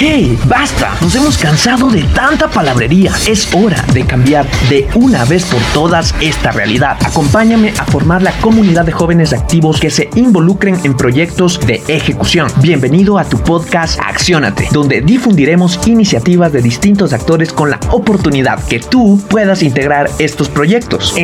¡Hey! ¡Basta! Nos hemos cansado de tanta palabrería. Es hora de cambiar de una vez por todas esta realidad. Acompáñame a formar la comunidad de jóvenes activos que se involucren en proyectos de ejecución. Bienvenido a tu podcast Acciónate, donde difundiremos iniciativas de distintos actores con la oportunidad que tú puedas integrar estos proyectos.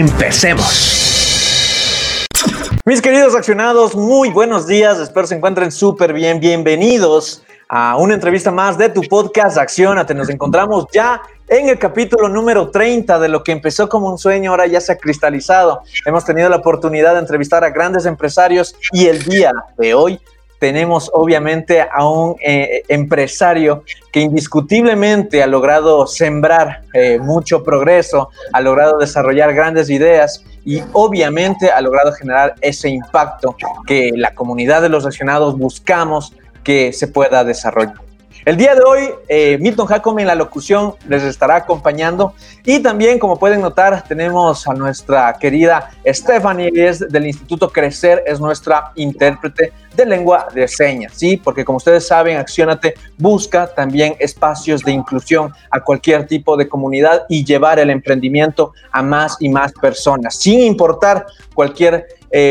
¡Empecemos! Mis queridos accionados, muy buenos días. Espero se encuentren súper bien. Bienvenidos a una entrevista más de tu podcast Acciónate. Nos encontramos ya en el capítulo número 30 de lo que empezó como un sueño, ahora ya se ha cristalizado. Hemos tenido la oportunidad de entrevistar a grandes empresarios y el día de hoy tenemos obviamente a un empresario que indiscutiblemente ha logrado sembrar mucho progreso, ha logrado desarrollar grandes ideas y obviamente ha logrado generar ese impacto que la comunidad de los accionados buscamos que se pueda desarrollar. El día de hoy, Milton Jacome en la locución les estará acompañando y también, como pueden notar, tenemos a nuestra querida Stephanie, es del Instituto Crecer, es nuestra intérprete de lengua de señas, ¿sí? Porque como ustedes saben, Acciónate busca también espacios de inclusión a cualquier tipo de comunidad y llevar el emprendimiento a más y más personas, sin importar cualquier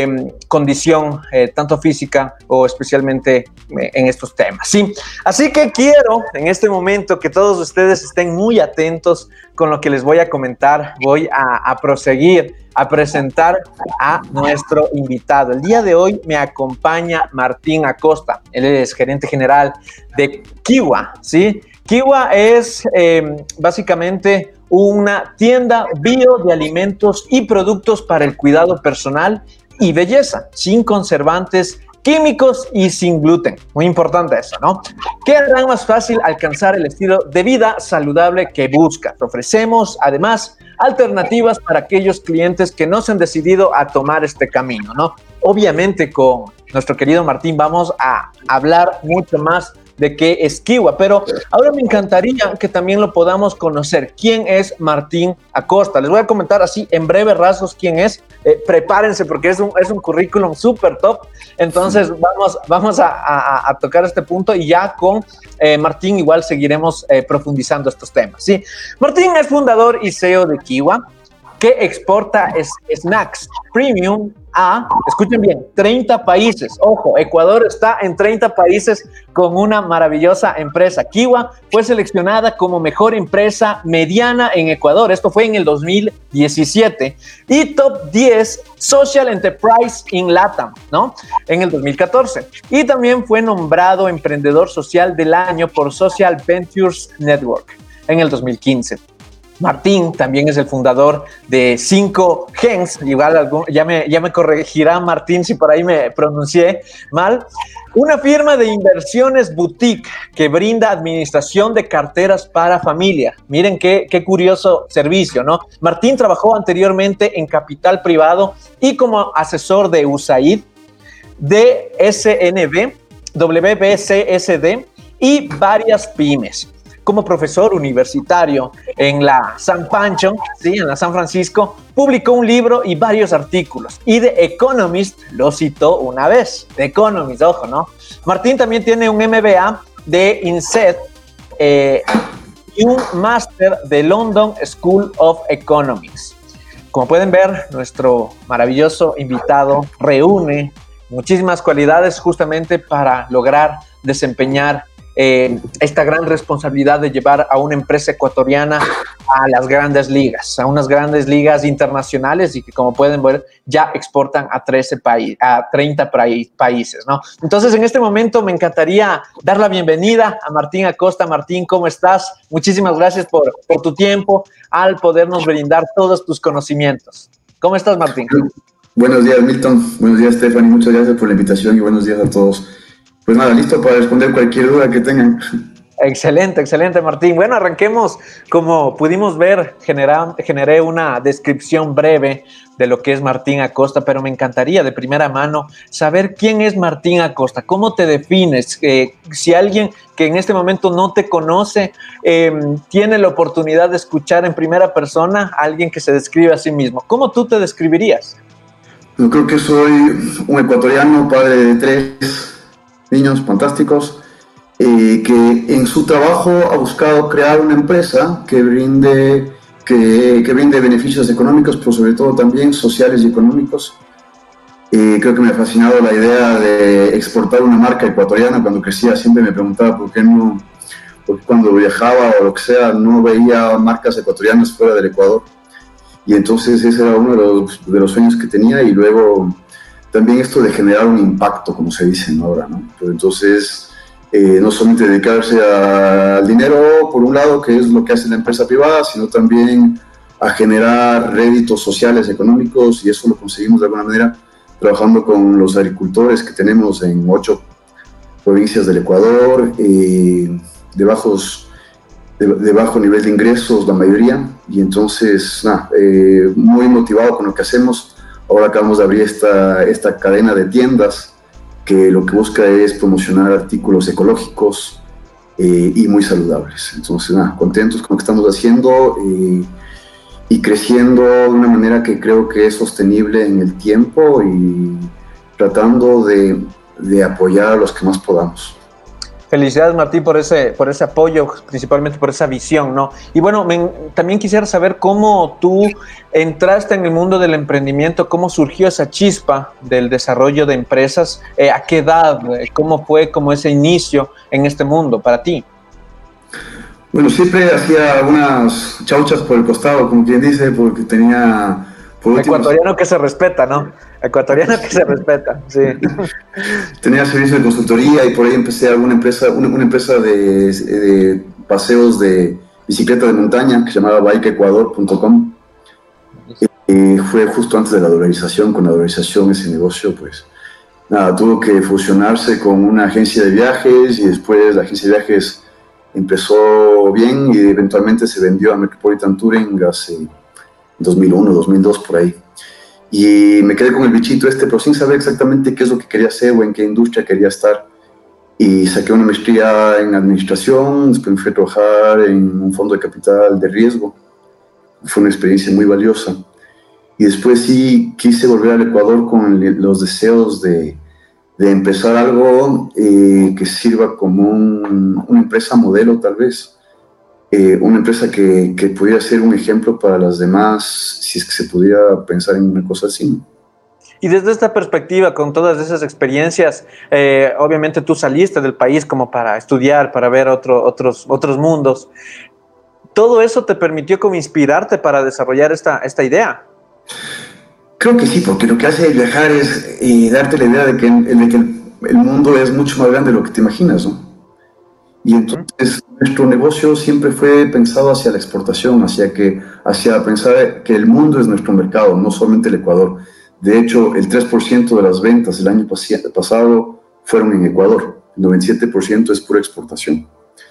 condición, tanto física o especialmente en estos temas, ¿sí? Así que quiero en este momento que todos ustedes estén muy atentos con lo que les voy a comentar. Voy a proseguir a presentar a nuestro invitado. El día de hoy me acompaña Martín Acosta. Él es gerente general de Kiwa, ¿sí? Kiwa es básicamente una tienda bio de alimentos y productos para el cuidado personal y belleza, sin conservantes químicos y sin gluten. Muy importante eso, ¿no? ¿Qué hará más fácil alcanzar el estilo de vida saludable que buscas? Ofrecemos, además, alternativas para aquellos clientes que no se han decidido a tomar este camino, ¿no? Obviamente, con nuestro querido Martín vamos a hablar mucho más de qué es Kiwa, pero ahora me encantaría que también lo podamos conocer. ¿Quién es Martín Acosta? Les voy a comentar así en breves rasgos quién es. Prepárense porque es un currículum súper top. Entonces vamos a tocar este punto y ya con Martín igual seguiremos profundizando estos temas, ¿sí? Martín es fundador y CEO de Kiwa, que exporta snacks premium a, escuchen bien, 30 países. Ojo, Ecuador está en 30 países con una maravillosa empresa. Kiwa fue seleccionada como mejor empresa mediana en Ecuador. Esto fue en el 2017. Y top 10 Social Enterprise in LATAM, ¿no? En el 2014. Y también fue nombrado Emprendedor Social del Año por Social Ventures Network en el 2015. Martín también es el fundador de 5Gens, igual ya me corregirá Martín si por ahí me pronuncié mal, una firma de inversiones boutique que brinda administración de carteras para familia. Miren qué curioso servicio, ¿no? Martín trabajó anteriormente en capital privado y como asesor de USAID, de SNB, WBCSD y varias pymes. Como profesor universitario en la San Pancho, ¿sí? En la San Francisco, publicó un libro y varios artículos. Y The Economist lo citó una vez. The Economist, ojo, ¿no? Martín también tiene un MBA de INSEAD y un máster de London School of Economics. Como pueden ver, nuestro maravilloso invitado reúne muchísimas cualidades justamente para lograr desempeñar esta gran responsabilidad de llevar a una empresa ecuatoriana a las grandes ligas, a unas grandes ligas internacionales y que, como pueden ver, ya exportan a 30 países, ¿no? Entonces, en este momento me encantaría dar la bienvenida a Martín Acosta. Martín, ¿cómo estás? Muchísimas gracias por tu tiempo al podernos brindar todos tus conocimientos. ¿Cómo estás, Martín? Buenos días, Milton. Buenos días, Stephanie. Muchas gracias por la invitación y buenos días a todos. Pues nada, listo para responder cualquier duda que tengan. Excelente, Martín. Bueno, arranquemos. Como pudimos ver, generé una descripción breve de lo que es Martín Acosta, pero me encantaría de primera mano saber quién es Martín Acosta, cómo te defines, si alguien que en este momento no te conoce tiene la oportunidad de escuchar en primera persona a alguien que se describe a sí mismo. ¿Cómo tú te describirías? Yo creo que soy un ecuatoriano, padre de 3 niños fantásticos, que en su trabajo ha buscado crear una empresa que brinde beneficios económicos, pero sobre todo también sociales y económicos. Creo que me ha fascinado la idea de exportar una marca ecuatoriana. Cuando crecía siempre me preguntaba por qué no, porque cuando viajaba o lo que sea no veía marcas ecuatorianas fuera del Ecuador. Y entonces ese era uno de los sueños que tenía, y luego también esto de generar un impacto, como se dice ahora, ¿no? Pero entonces no solamente dedicarse al dinero, por un lado, que es lo que hace la empresa privada, sino también a generar réditos sociales, económicos, y eso lo conseguimos de alguna manera trabajando con los agricultores que tenemos en 8 provincias del Ecuador, de bajo nivel de ingresos la mayoría, y entonces muy motivado con lo que hacemos. Ahora acabamos de abrir esta cadena de tiendas que lo que busca es promocionar artículos ecológicos y muy saludables. Entonces contentos con lo que estamos haciendo y creciendo de una manera que creo que es sostenible en el tiempo, y tratando de apoyar a los que más podamos. Felicidades, Martín, por ese apoyo, principalmente por esa visión, ¿no? Y bueno, también quisiera saber cómo tú entraste en el mundo del emprendimiento, cómo surgió esa chispa del desarrollo de empresas, a qué edad, cómo fue como ese inicio en este mundo para ti. Bueno, siempre hacía algunas chauchas por el costado, como quien dice, porque tenía... Ecuatoriano que se respeta, ¿no? Ecuatoriano que se respeta, sí. Tenía servicio de consultoría y por ahí empecé una empresa de paseos de bicicleta de montaña que se llamaba bikeecuador.com. Fue justo antes de la dolarización. Con la dolarización ese negocio, pues, tuvo que fusionarse con una agencia de viajes, y después la agencia de viajes empezó bien y eventualmente se vendió a Metropolitan Touring hace 2001, 2002, por ahí. Y me quedé con el bichito pero sin saber exactamente qué es lo que quería hacer o en qué industria quería estar. Y saqué una maestría en administración, después me fui a trabajar en un fondo de capital de riesgo. Fue una experiencia muy valiosa. Y después sí quise volver al Ecuador con los deseos de empezar algo que sirva como una empresa modelo, tal vez. Una empresa que pudiera ser un ejemplo para las demás, si es que se pudiera pensar en una cosa así, ¿no? Y desde esta perspectiva, con todas esas experiencias, obviamente tú saliste del país como para estudiar, para ver otros mundos. ¿Todo eso te permitió como inspirarte para desarrollar esta idea? Creo que sí, porque lo que hace viajar es darte la idea de que el mundo es mucho más grande de lo que te imaginas, ¿no? Y entonces nuestro negocio siempre fue pensado hacia la exportación, hacia pensar que el mundo es nuestro mercado, no solamente el Ecuador. De hecho, el 3% de las ventas del año pasado fueron en Ecuador, el 97% es pura exportación.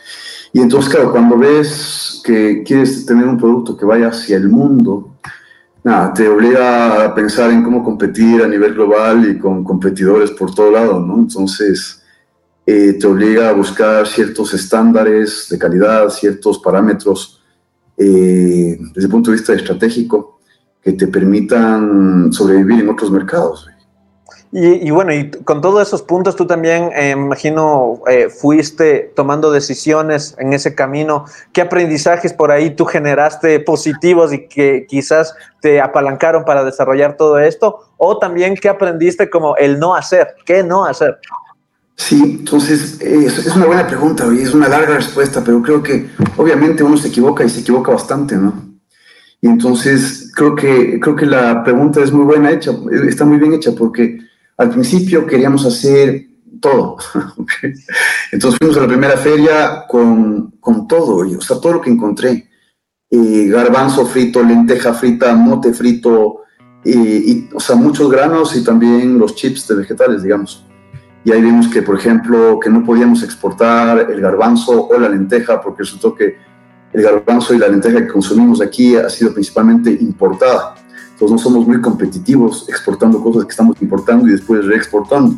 Y entonces, claro, cuando ves que quieres tener un producto que vaya hacia el mundo, te obliga a pensar en cómo competir a nivel global y con competidores por todo lado, ¿no? Entonces, te obliga a buscar ciertos estándares de calidad, ciertos parámetros desde el punto de vista estratégico que te permitan sobrevivir en otros mercados. Y bueno, y con todos esos puntos tú también, imagino, fuiste tomando decisiones en ese camino. ¿Qué aprendizajes por ahí tú generaste positivos y que quizás te apalancaron para desarrollar todo esto? O también, ¿qué aprendiste como el no hacer? ¿Qué no hacer? Sí, entonces es una buena pregunta y es una larga respuesta, pero creo que obviamente uno se equivoca y se equivoca bastante, ¿no? Y entonces creo que la pregunta es muy buena hecha, está muy bien hecha, porque al principio queríamos hacer todo. ¿Okay? Entonces fuimos a la primera feria con todo, o sea, todo lo que encontré. Garbanzo frito, lenteja frita, mote frito, o sea, muchos granos y también los chips de vegetales, digamos. Y ahí vimos que, por ejemplo, que no podíamos exportar el garbanzo o la lenteja, porque resultó que el garbanzo y la lenteja que consumimos aquí ha sido principalmente importada. Entonces no somos muy competitivos exportando cosas que estamos importando y después reexportando.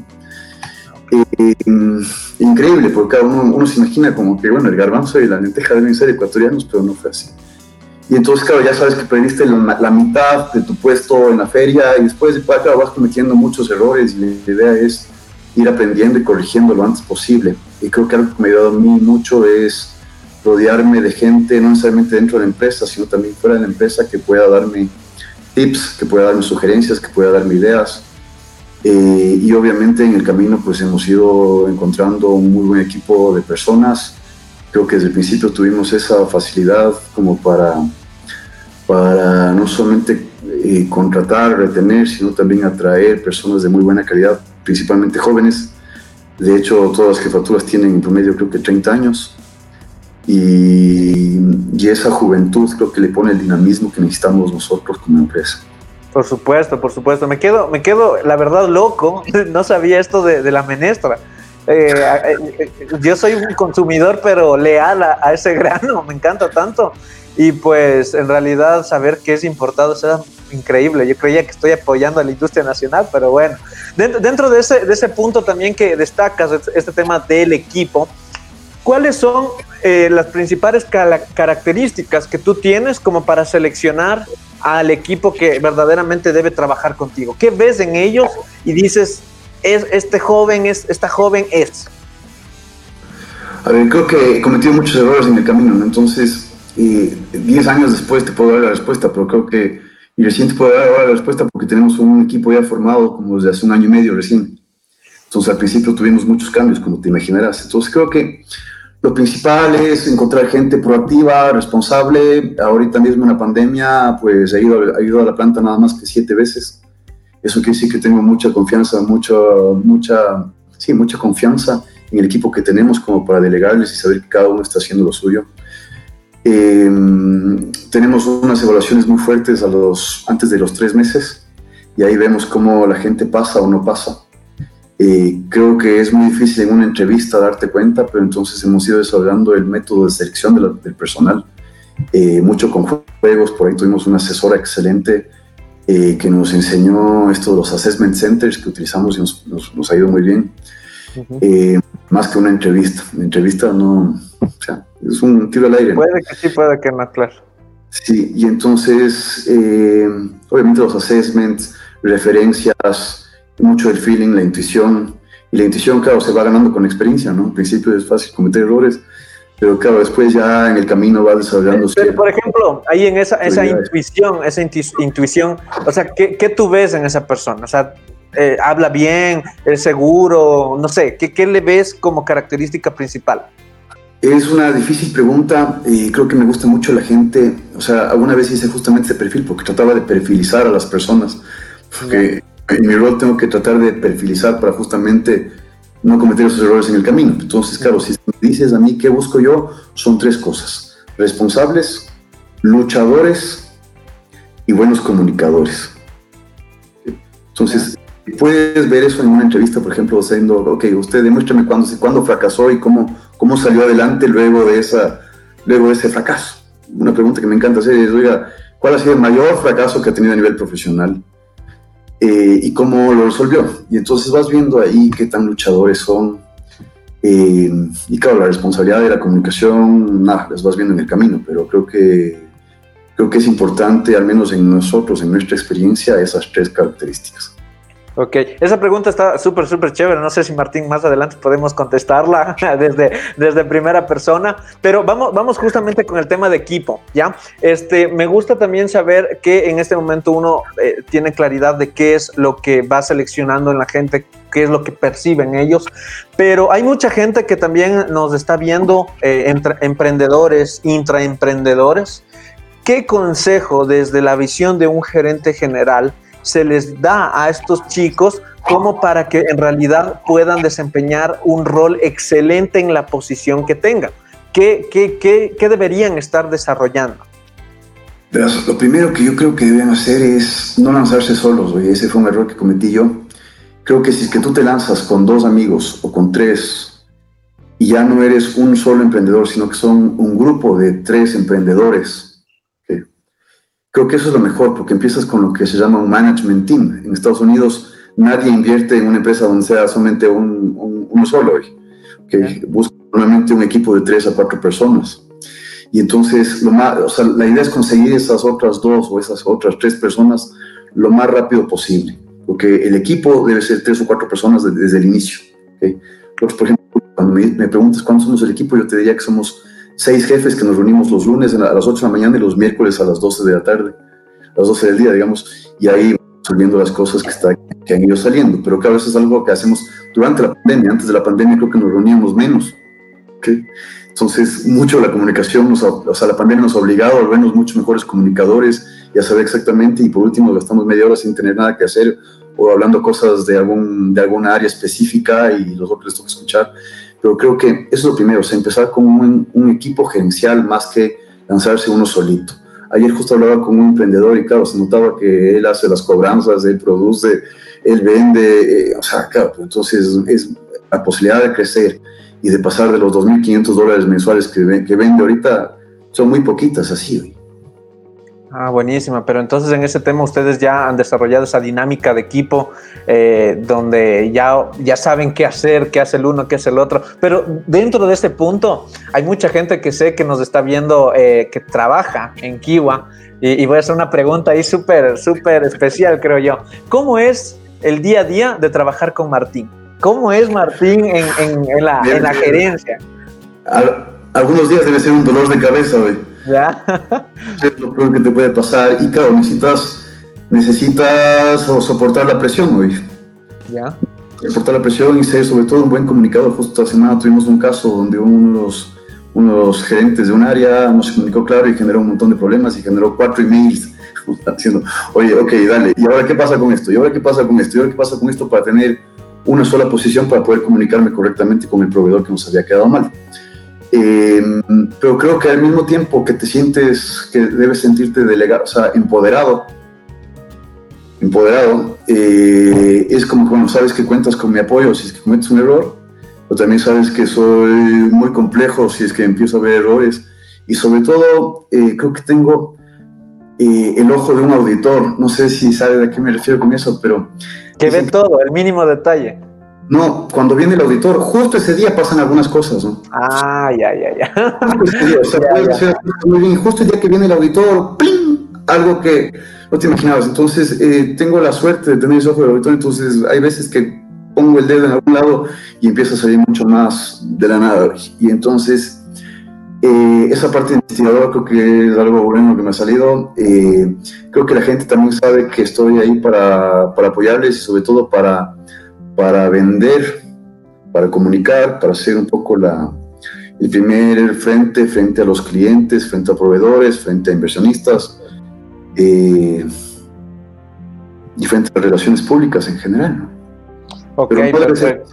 Increíble, porque uno se imagina como que, bueno, el garbanzo y la lenteja deben ser ecuatorianos, pero no fue así. Y entonces, claro, ya sabes que perdiste la mitad de tu puesto en la feria y después, claro, vas cometiendo muchos errores y la idea es ir aprendiendo y corrigiendo lo antes posible. Y creo que algo que me ha ayudado a mí mucho es rodearme de gente, no necesariamente dentro de la empresa, sino también fuera de la empresa, que pueda darme tips, que pueda darme sugerencias, que pueda darme ideas. Y obviamente en el camino pues hemos ido encontrando un muy buen equipo de personas. Creo que desde el principio tuvimos esa facilidad como para no solamente contratar, retener, sino también atraer personas de muy buena calidad, principalmente jóvenes. De hecho, todas las jefaturas tienen en promedio creo que 30 años. Y esa juventud creo que le pone el dinamismo que necesitamos nosotros como empresa. Por supuesto, por supuesto. Me quedo, la verdad, loco. No sabía esto de la menestra. Yo soy un consumidor, pero leal a ese grano. Me encanta tanto. Y pues, en realidad, saber que es importado será increíble. Yo creía que estoy apoyando a la industria nacional, pero bueno. Dentro de ese punto también que destacas, este tema del equipo, ¿cuáles son las principales características que tú tienes como para seleccionar al equipo que verdaderamente debe trabajar contigo? ¿Qué ves en ellos y dices, esta joven es? A ver, creo que he cometido muchos errores en el camino, ¿no? Entonces, 10 años después te puedo dar la respuesta, pero creo que, y recién te puedo dar ahora la respuesta porque tenemos un equipo ya formado como desde hace 1 año y medio recién. Entonces, al principio tuvimos muchos cambios, como te imaginarás. Entonces, creo que lo principal es encontrar gente proactiva, responsable. Ahorita mismo en la pandemia, pues he ido a la planta nada más que 7 veces. Eso quiere decir que tengo mucha confianza, mucha confianza en el equipo que tenemos como para delegarles y saber que cada uno está haciendo lo suyo. Tenemos unas evaluaciones muy fuertes antes de los 3 meses y ahí vemos cómo la gente pasa o no pasa. Creo que es muy difícil en una entrevista darte cuenta, pero entonces hemos ido desarrollando el método de selección del personal, mucho con juegos. Por ahí tuvimos una asesora excelente que nos enseñó esto de los assessment centers que utilizamos y nos ha ido muy bien. Uh-huh. Más que una entrevista. La entrevista no, o sea, es un tiro al aire. Puede que sí, puede que no, claro. Sí, y entonces, obviamente los assessments, referencias, mucho el feeling, la intuición. Y la intuición, claro, se va ganando con experiencia, ¿no? Al principio es fácil cometer errores, pero claro, después ya en el camino va desarrollándose. Pero, por ejemplo, ahí en esa intuición, o sea, ¿qué tú ves en esa persona? O sea, ¿habla bien? ¿Es seguro? No sé, ¿qué le ves como característica principal? Es una difícil pregunta y creo que me gusta mucho la gente. O sea, alguna vez hice justamente ese perfil porque trataba de perfilizar a las personas. Porque en mi rol tengo que tratar de perfilizar para justamente no cometer esos errores en el camino. Entonces, claro, si me dices a mí qué busco yo, son 3 cosas: responsables, luchadores y buenos comunicadores. Entonces, puedes ver eso en una entrevista, por ejemplo, diciendo, ok, usted demuéstrame cuándo fracasó y cómo salió adelante luego de ese fracaso. Una pregunta que me encanta hacer es, oiga, ¿cuál ha sido el mayor fracaso que ha tenido a nivel profesional? Y cómo lo resolvió. Y entonces vas viendo ahí qué tan luchadores son. Y claro, la responsabilidad de la comunicación, las vas viendo en el camino, pero creo que es importante, al menos en nosotros, en nuestra experiencia, esas 3 características. Ok, esa pregunta está súper chévere. No sé si Martín más adelante podemos contestarla desde primera persona, pero vamos justamente con el tema de equipo, ¿ya? Me gusta también saber que en este momento uno tiene claridad de qué es lo que va seleccionando en la gente, qué es lo que perciben ellos, pero hay mucha gente que también nos está viendo, emprendedores, intraemprendedores. ¿Qué consejo desde la visión de un gerente general se les da a estos chicos como para que en realidad puedan desempeñar un rol excelente en la posición que tengan? ¿Qué deberían estar desarrollando? Pero lo primero que yo creo que deben hacer es no lanzarse solos. Oye, ese fue un error que cometí yo. Creo que si es que tú te lanzas con 2 amigos o con 3 y ya no eres un solo emprendedor, sino que son un grupo de 3 emprendedores, creo que eso es lo mejor, porque empiezas con lo que se llama un management team. En Estados Unidos nadie invierte en una empresa donde sea solamente uno solo. Okay. Busca normalmente un equipo de 3 a 4 personas. Y entonces la idea es conseguir esas otras 2 o esas otras 3 personas lo más rápido posible, porque el equipo debe ser 3 o 4 personas desde el inicio. ¿okay? Nosotros, por ejemplo, cuando me preguntas cuántos somos el equipo, yo te diría que somos 6 jefes que nos reunimos los lunes a las 8 de la mañana y los miércoles a las 12 de la tarde, a las 12 del día, digamos, y ahí resolviendo las cosas que han ido saliendo. Pero claro, eso es algo que hacemos durante la pandemia. Antes de la pandemia creo que nos reuníamos menos, ¿okay? Entonces, mucho la comunicación, la pandemia nos ha obligado a volvernos mucho mejores comunicadores y a saber exactamente, y por último gastamos media hora sin tener nada que hacer o hablando cosas de alguna área específica y los otros les toca escuchar. Pero creo que eso es lo primero, o sea, empezar con un equipo gerencial más que lanzarse uno solito. Ayer justo hablaba con un emprendedor y claro, se notaba que él hace las cobranzas, él produce, él vende, o sea, claro, entonces es la posibilidad de crecer y de pasar de los $2,500 mensuales que vende ahorita, son muy poquitas así. Ah, buenísima, pero entonces en ese tema ustedes ya han desarrollado esa dinámica de equipo donde ya saben qué hacer, qué hace el uno, qué hace el otro, pero dentro de ese punto hay mucha gente que sé que nos está viendo que trabaja en Kiwa y voy a hacer una pregunta ahí súper especial, creo yo. ¿Cómo es el día a día de trabajar con Martín? ¿Cómo es Martín en la gerencia? Algunos días debe ser un dolor de cabeza, güey. ¿Ya? Es lo peor que te puede pasar. Y claro, necesitas soportar la presión, güey. ¿Ya? Soportar la presión y ser sobre todo un buen comunicador. Justo esta semana tuvimos un caso donde uno de los gerentes de un área no se comunicó claro y generó un montón de problemas y generó 4 emails diciendo, oye, ok, dale, ¿y ahora qué pasa con esto? ¿Y ahora qué pasa con esto? ¿Y ahora qué pasa con esto? Para tener una sola posición para poder comunicarme correctamente con el proveedor que nos había quedado mal. Pero creo que al mismo tiempo que te sientes que debes sentirte delegado, o sea, empoderado, es como cuando sabes que cuentas con mi apoyo si es que cometes un error, o también sabes que soy muy complejo si es que empiezo a ver errores, y sobre todo creo que tengo el ojo de un auditor. No sé si sabes a qué me refiero con eso, pero que ve todo, el mínimo detalle. No, cuando viene el auditor, justo ese día pasan algunas cosas, ¿no? Ah, ya. O sea, puede ser muy bien, justo el día que viene el auditor, ¡pling! Algo que no te imaginabas. Entonces, tengo la suerte de tener ese ojo del auditor, entonces hay veces que pongo el dedo en algún lado y empieza a salir mucho más de la nada. Y entonces, esa parte investigadora creo que es algo bueno que me ha salido. Creo que la gente también sabe que estoy ahí para apoyarles y sobre todo para vender, para comunicar, para ser un poco el primer frente a los clientes, frente a proveedores, frente a inversionistas y frente a relaciones públicas en general, ¿no? Okay, pero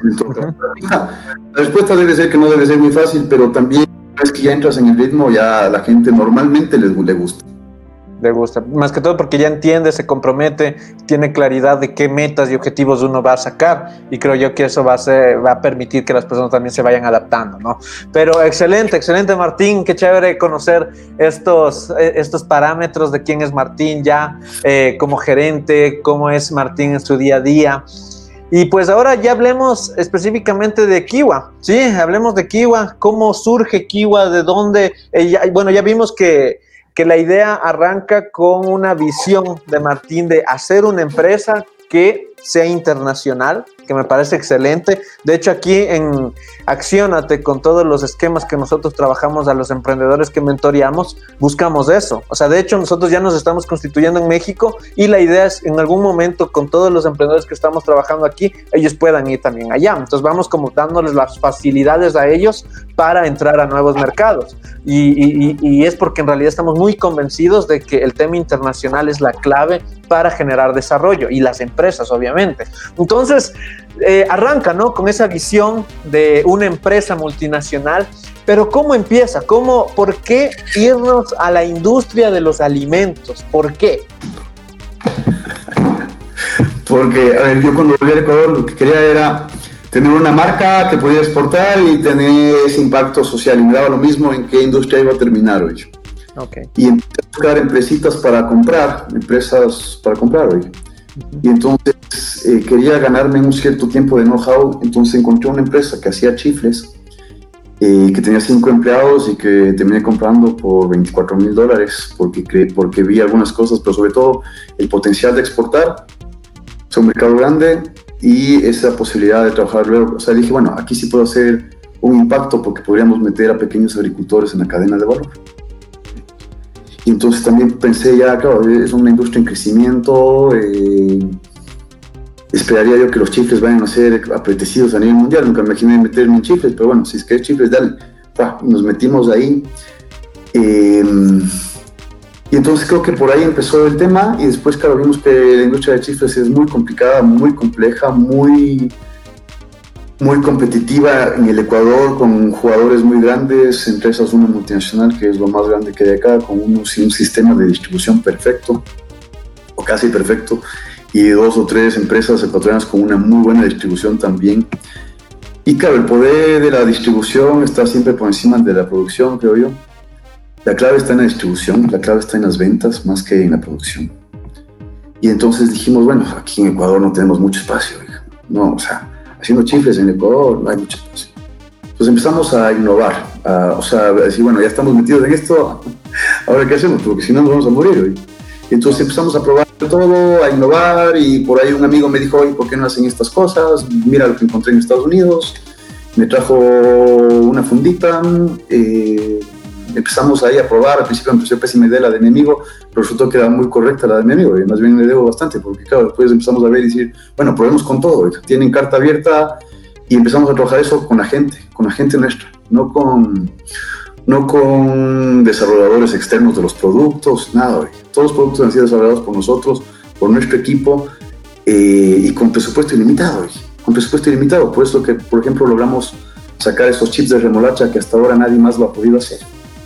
la respuesta debe ser que no debe ser muy fácil, pero también es que ya entras en el ritmo, ya a la gente normalmente le gusta. Le gusta, más que todo porque ya entiende, se compromete, tiene claridad de qué metas y objetivos uno va a sacar, y creo yo que eso va a permitir que las personas también se vayan adaptando, ¿no? Pero excelente Martín, qué chévere conocer estos parámetros de quién es Martín ya como gerente, cómo es Martín en su día a día. Y pues ahora ya hablemos específicamente de Kiwa, ¿sí? Hablemos de Kiwa, cómo surge Kiwa, de dónde, ya vimos que la idea arranca con una visión de Martín de hacer una empresa que sea internacional, que me parece excelente. De hecho, aquí en Acciónate, con todos los esquemas que nosotros trabajamos a los emprendedores que mentoreamos, buscamos eso. O sea, de hecho, nosotros ya nos estamos constituyendo en México y la idea es en algún momento con todos los emprendedores que estamos trabajando aquí, ellos puedan ir también allá. Entonces vamos como dándoles las facilidades a ellos para entrar a nuevos mercados. Y es porque en realidad estamos muy convencidos de que el tema internacional es la clave para generar desarrollo, y las empresas, obviamente. Entonces, arranca, ¿no?, con esa visión de una empresa multinacional, pero ¿cómo empieza? ¿Por qué irnos a la industria de los alimentos? ¿Por qué? Porque, a ver, yo cuando volví al Ecuador lo que quería era tener una marca que podía exportar y tener ese impacto social, y me daba lo mismo en qué industria iba a terminar hoy. Okay. Y empecé a buscar empresas para comprar hoy. Y entonces quería ganarme un cierto tiempo de know-how, entonces encontré una empresa que hacía chifles, que tenía 5 empleados y que terminé comprando por $24,000 porque vi algunas cosas, pero sobre todo el potencial de exportar. Es un mercado grande, y esa posibilidad de trabajar luego, o sea, dije, bueno, aquí sí puedo hacer un impacto porque podríamos meter a pequeños agricultores en la cadena de valor. Y entonces también pensé ya, claro, es una industria en crecimiento, esperaría yo que los chifles vayan a ser apetecidos a nivel mundial, nunca me imaginé meterme en chifles, pero bueno, si es que es chifles, dale, nos metimos ahí. Y entonces creo que por ahí empezó el tema y después, claro, vimos que la industria de chifles es muy complicada, muy compleja, muy competitiva en el Ecuador, con jugadores muy grandes, entre esas una multinacional que es lo más grande que hay acá, con un sistema de distribución perfecto, o casi perfecto, y 2 o 3 empresas ecuatorianas con una muy buena distribución también. Y claro, el poder de la distribución está siempre por encima de la producción, creo yo. La clave está en la distribución, la clave está en las ventas más que en la producción. Y entonces dijimos, bueno, aquí en Ecuador no tenemos mucho espacio, no, o sea, haciendo chifles en Ecuador no hay mucho espacio. Entonces empezamos a innovar, a decir, bueno, ya estamos metidos en esto, ahora qué hacemos, porque si no nos vamos a morir. Y entonces empezamos a probar todo, a innovar, y por ahí un amigo me dijo, oye, ¿por qué no hacen estas cosas? Mira lo que encontré en Estados Unidos. Me trajo una fundita, empezamos ahí a probar. Al principio empecé pésima idea la de mi amigo, pero resultó que era muy correcta la de mi amigo, y más bien le debo bastante, porque claro, después empezamos a ver y decir, bueno, probemos con todo, tienen carta abierta, y empezamos a trabajar eso con la gente nuestra, no con desarrolladores externos de los productos, nada, todos los productos han sido desarrollados por nosotros, por nuestro equipo, y con presupuesto ilimitado, por eso que, por ejemplo, logramos sacar esos chips de remolacha que hasta ahora nadie más lo ha podido hacer.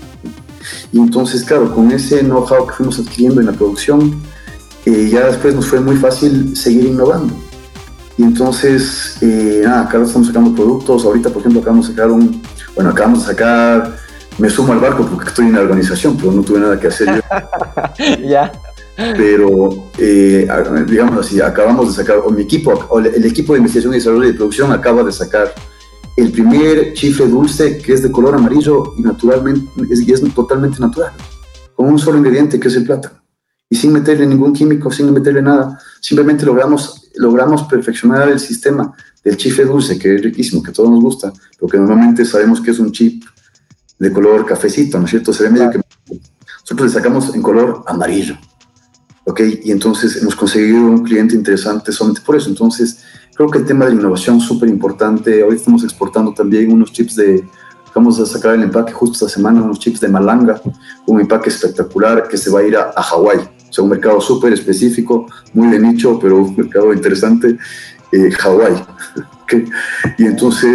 Y entonces, claro, con ese know-how que fuimos adquiriendo en la producción, ya después nos fue muy fácil seguir innovando. Y entonces, acá estamos sacando productos. Ahorita, por ejemplo, acabamos de sacar, me sumo al barco porque estoy en la organización, pero no tuve nada que hacer yo. Ya. Pero, digamos así, acabamos de sacar, el equipo de investigación y desarrollo y de producción acaba de sacar el primer chifle dulce que es de color amarillo y es totalmente natural, con un solo ingrediente que es el plátano, y sin meterle ningún químico, sin meterle nada. Simplemente logramos perfeccionar el sistema del chifle dulce, que es riquísimo, que a todos nos gusta, porque normalmente sabemos que es un chip de color cafecito, ¿no es cierto? Se ve medio que nosotros le sacamos en color amarillo, ¿ok? Y entonces hemos conseguido un cliente interesante solamente por eso. Entonces creo que el tema de la innovación es súper importante. Ahorita estamos exportando también unos chips vamos a sacar el empaque justo esta semana, unos chips de malanga, un empaque espectacular que se va a ir a Hawái. O sea, un mercado súper específico, muy de nicho, pero un mercado interesante, Hawái. ¿Okay? Y entonces,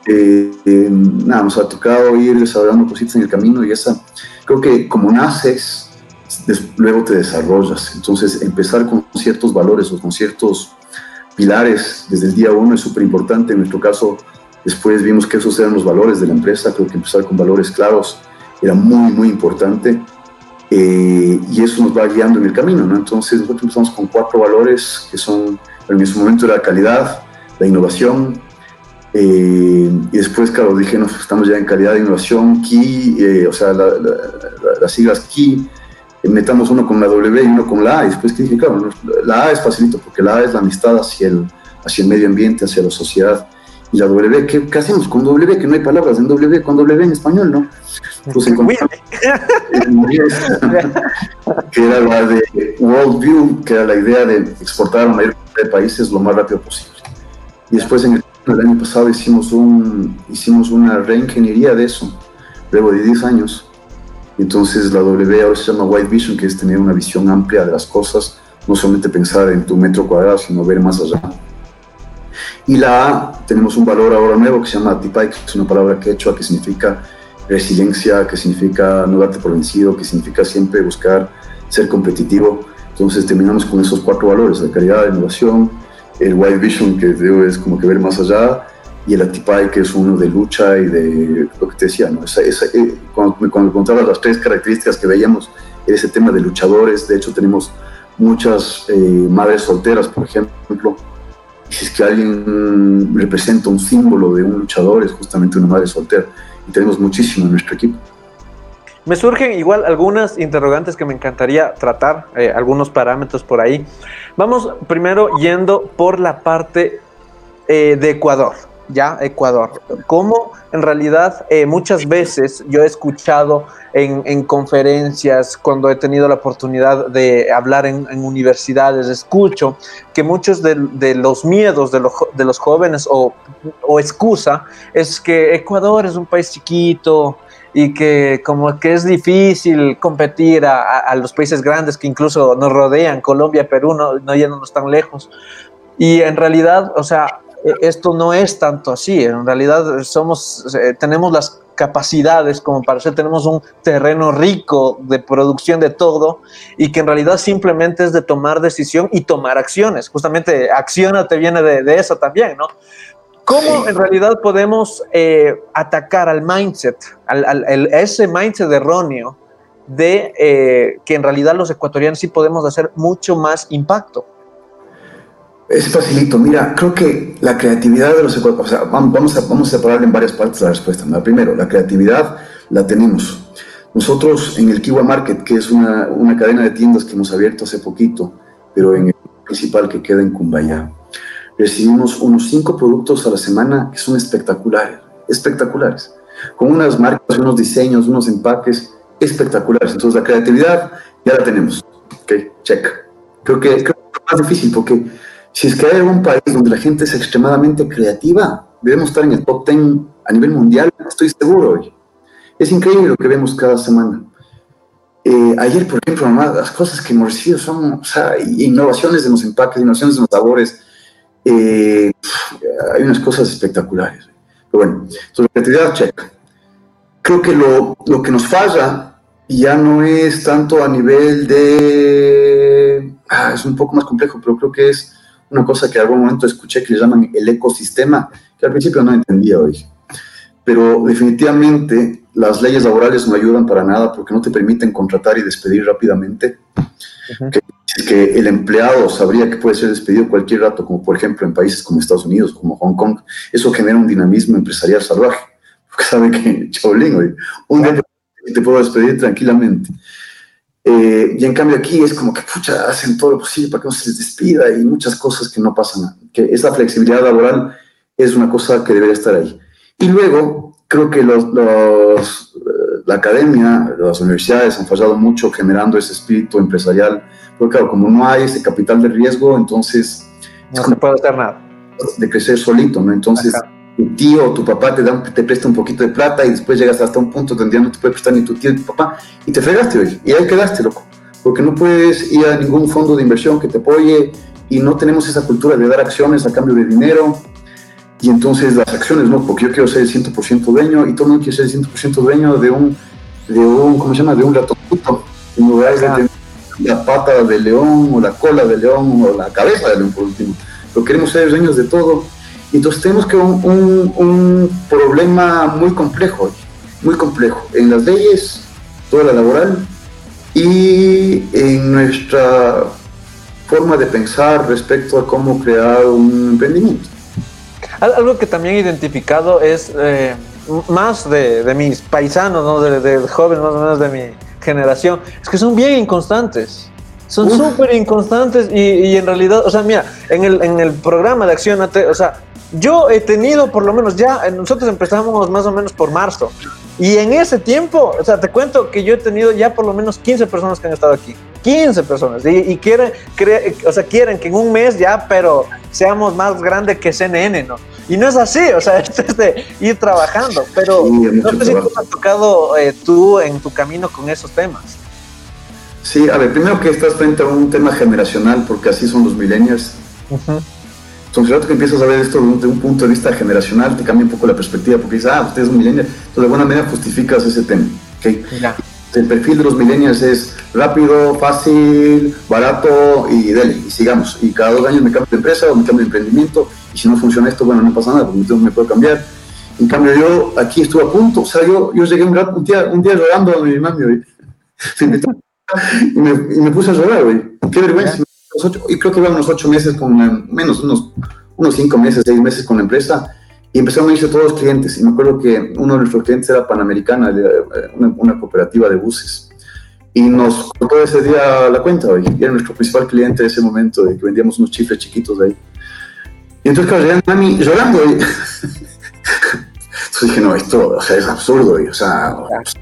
nos ha tocado ir desarrollando cositas en el camino, y creo que como naces, luego te desarrollas. Entonces, empezar con ciertos valores o con ciertos pilares desde el día 1 es súper importante. En nuestro caso, después vimos que esos eran los valores de la empresa. Creo que empezar con valores claros era muy, muy importante, y eso nos va guiando en el camino, ¿no? Entonces nosotros empezamos con 4 valores que son, en ese momento era la calidad, la innovación, y después, claro, dije, no, estamos ya en calidad de innovación, KEY, o sea, las siglas KEY, metamos uno con la W y uno con la A, y después que dije, claro, la A es facilito, porque la A es la amistad hacia el medio ambiente, hacia la sociedad, y la W, ¿qué hacemos con W? Que no hay palabras en W, con W en español, ¿no? Pues encontramos que era la de World View, que era la idea de exportar a la mayor cantidad de países lo más rápido posible. Y después en el año pasado hicimos una reingeniería de eso, luego de 10 años. Entonces la W ahora se llama Wide Vision, que es tener una visión amplia de las cosas, no solamente pensar en tu metro cuadrado, sino ver más allá. Y la A, tenemos un valor ahora nuevo que se llama Atipai, que es una palabra quechua que significa resiliencia, que significa no darte por vencido, que significa siempre buscar ser competitivo. Entonces terminamos con esos 4 valores: la calidad, la innovación, el Wide Vision, que es como que ver más allá, y el Atipai, que es uno de lucha y de lo que te decía, ¿no? Cuando me contabas las 3 características que veíamos, era ese tema de luchadores. De hecho, tenemos muchas madres solteras, por ejemplo. Si es que alguien representa un símbolo de un luchador, es justamente una madre soltera, y tenemos muchísimo en nuestro equipo. Me surgen igual algunas interrogantes que me encantaría tratar, algunos parámetros por ahí. Vamos primero yendo por la parte de Ecuador, ¿ya? Ecuador. Como en realidad muchas veces yo he escuchado en conferencias, cuando he tenido la oportunidad de hablar en universidades, escucho que muchos de los miedos de los jóvenes o excusa es que Ecuador es un país chiquito y que como que es difícil competir a los países grandes que incluso nos rodean, Colombia, Perú, no yéndonos tan lejos. Y en realidad, o sea, esto no es tanto así. En realidad tenemos las capacidades como para ser, tenemos un terreno rico de producción de todo y que en realidad simplemente es de tomar decisión y tomar acciones. Justamente Acciónate viene de eso también, ¿no? ¿Cómo en realidad podemos atacar al mindset, ese mindset erróneo de que en realidad los ecuatorianos sí podemos hacer mucho más impacto? Es facilito. Mira, creo que la creatividad de los ecuatorianos, o sea, vamos a separarle en varias partes la respuesta. ¿No? Primero, la creatividad la tenemos. Nosotros en el Kiwa Market, que es una cadena de tiendas que hemos abierto hace poquito, pero en el principal que queda en Cumbayá, recibimos unos 5 productos a la semana que son espectaculares, con unas marcas, unos diseños, unos empaques espectaculares. Entonces la creatividad ya la tenemos. Ok, check. Creo que es más difícil porque si es que hay algún país donde la gente es extremadamente creativa, debemos estar en el top 10 a nivel mundial, estoy seguro hoy. Es increíble lo que vemos cada semana. Ayer, por ejemplo, las cosas que hemos recibido son, o sea, innovaciones en los empaques, innovaciones en los sabores. Hay unas cosas espectaculares. Pero bueno, entonces la creatividad, check. Creo que lo que nos falla ya no es tanto a nivel de... es un poco más complejo, pero creo que es una cosa que en algún momento escuché que le llaman el ecosistema, que al principio no entendía hoy. Pero definitivamente las leyes laborales no ayudan para nada porque no te permiten contratar y despedir rápidamente. Uh-huh. Que el empleado sabría que puede ser despedido cualquier rato, como por ejemplo en países como Estados Unidos, como Hong Kong. Eso genera un dinamismo empresarial salvaje, porque saben que, chabolín, un día te puedo despedir tranquilamente. Y en cambio aquí es como que pucha, hacen todo lo posible para que no se les despida y muchas cosas que no pasan. Que esa flexibilidad laboral es una cosa que debería estar ahí. Y luego creo que la academia, las universidades han fallado mucho generando ese espíritu empresarial, porque claro, como no hay ese capital de riesgo, entonces no se puede hacer nada. De crecer solito, ¿no? Entonces tu tío o tu papá te presta un poquito de plata y después llegas hasta un punto donde ya no te puede prestar ni tu tío ni tu papá y te fregaste hoy, y ahí quedaste, loco, porque no puedes ir a ningún fondo de inversión que te apoye y no tenemos esa cultura de dar acciones a cambio de dinero. Y entonces las acciones, ¿no? Porque yo quiero ser el 100% dueño y todo el mundo quiere ser el 100% dueño de un ¿cómo se llama? De un ratoncito, en lugar de tener la pata de león o la cola de león o la cabeza de león por último. Pero queremos ser dueños de todo. Y entonces tenemos que un problema muy complejo en las leyes, toda la laboral y en nuestra forma de pensar respecto a cómo crear un emprendimiento. Algo que también he identificado es más de mis paisanos, ¿no? de jóvenes más o menos de mi generación, es que son bien inconstantes. Son súper inconstantes y en realidad, o sea, mira, en el programa de Acciónate, o sea, yo he tenido por lo menos ya, nosotros empezamos más o menos por marzo y en ese tiempo, o sea, te cuento que yo he tenido ya por lo menos 15 personas que han estado aquí. 15 personas y quieren que en un mes ya, pero seamos más grandes que CNN, ¿no? Y no es así, o sea, esto es de ir trabajando, pero no sé si tú has tocado tú en tu camino con esos temas. Sí, a ver, primero que estás frente a un tema generacional, porque así son los millennials. Uh-huh. Entonces, el rato que empiezas a ver esto de un punto de vista generacional, te cambia un poco la perspectiva, porque dices, usted es un millennial, entonces de alguna manera justificas ese tema, ¿ok? Ya. El perfil de los millennials es rápido, fácil, barato y dele, y sigamos. Y cada 2 años me cambio de empresa o me cambio de emprendimiento, y si no funciona esto, bueno, no pasa nada, porque me puedo cambiar. En cambio, yo aquí estuve a punto, o sea, yo llegué un día llorando a mi mami, y me puse a llorar, güey. Qué vergüenza. Y creo que iba unos 8 meses menos, unos 5 meses, 6 meses con la empresa. Y empezaron a irse todos los clientes. Y me acuerdo que uno de nuestros clientes era Panamericana, una cooperativa de buses. Y nos cortó ese día la cuenta, y era nuestro principal cliente de ese momento, de que vendíamos unos chifles chiquitos de ahí. Y entonces, claro, llegan a mí llorando. Entonces dije, no, esto, o sea, es absurdo. O sea,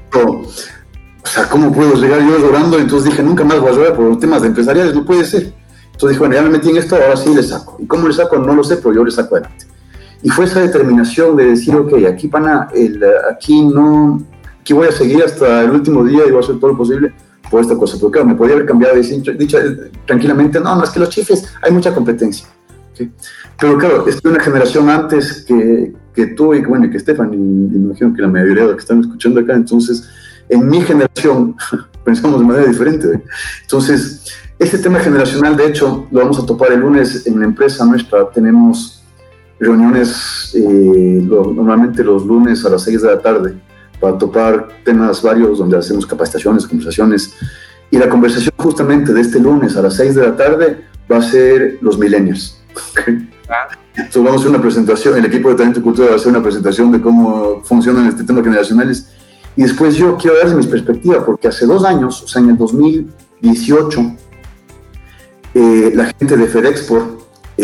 ¿cómo puedo llegar yo llorando? Entonces dije, nunca más voy a llorar por temas de empresariales, no puede ser. Entonces dije, bueno, ya me metí en esto, ahora sí le saco. ¿Y cómo le saco? No lo sé, pero yo le saco adelante. Y fue esa determinación de decir, ok, aquí, pana, aquí voy a seguir hasta el último día y voy a hacer todo lo posible por esta cosa. Porque claro, me podía haber cambiado y dicho tranquilamente, no, es que los chifres, hay mucha competencia. ¿Okay? Pero claro, es una generación antes que tú y bueno, que Estefan, y me imagino que la mayoría de los que están escuchando acá, entonces, en mi generación pensamos de manera diferente. Entonces, este tema generacional, de hecho, lo vamos a topar el lunes en la empresa nuestra. Tenemos reuniones normalmente los lunes a las 6 de la tarde para topar temas varios donde hacemos capacitaciones, conversaciones. Y la conversación justamente de este lunes a las 6 de la tarde va a ser los millennials. ¿Okay? Entonces vamos a hacer una presentación, el equipo de Talento y Cultura va a hacer una presentación de cómo funcionan este tema generacionales. Y después yo quiero darles mis perspectivas, porque hace 2 años, o sea, en el 2018, la gente de FedExport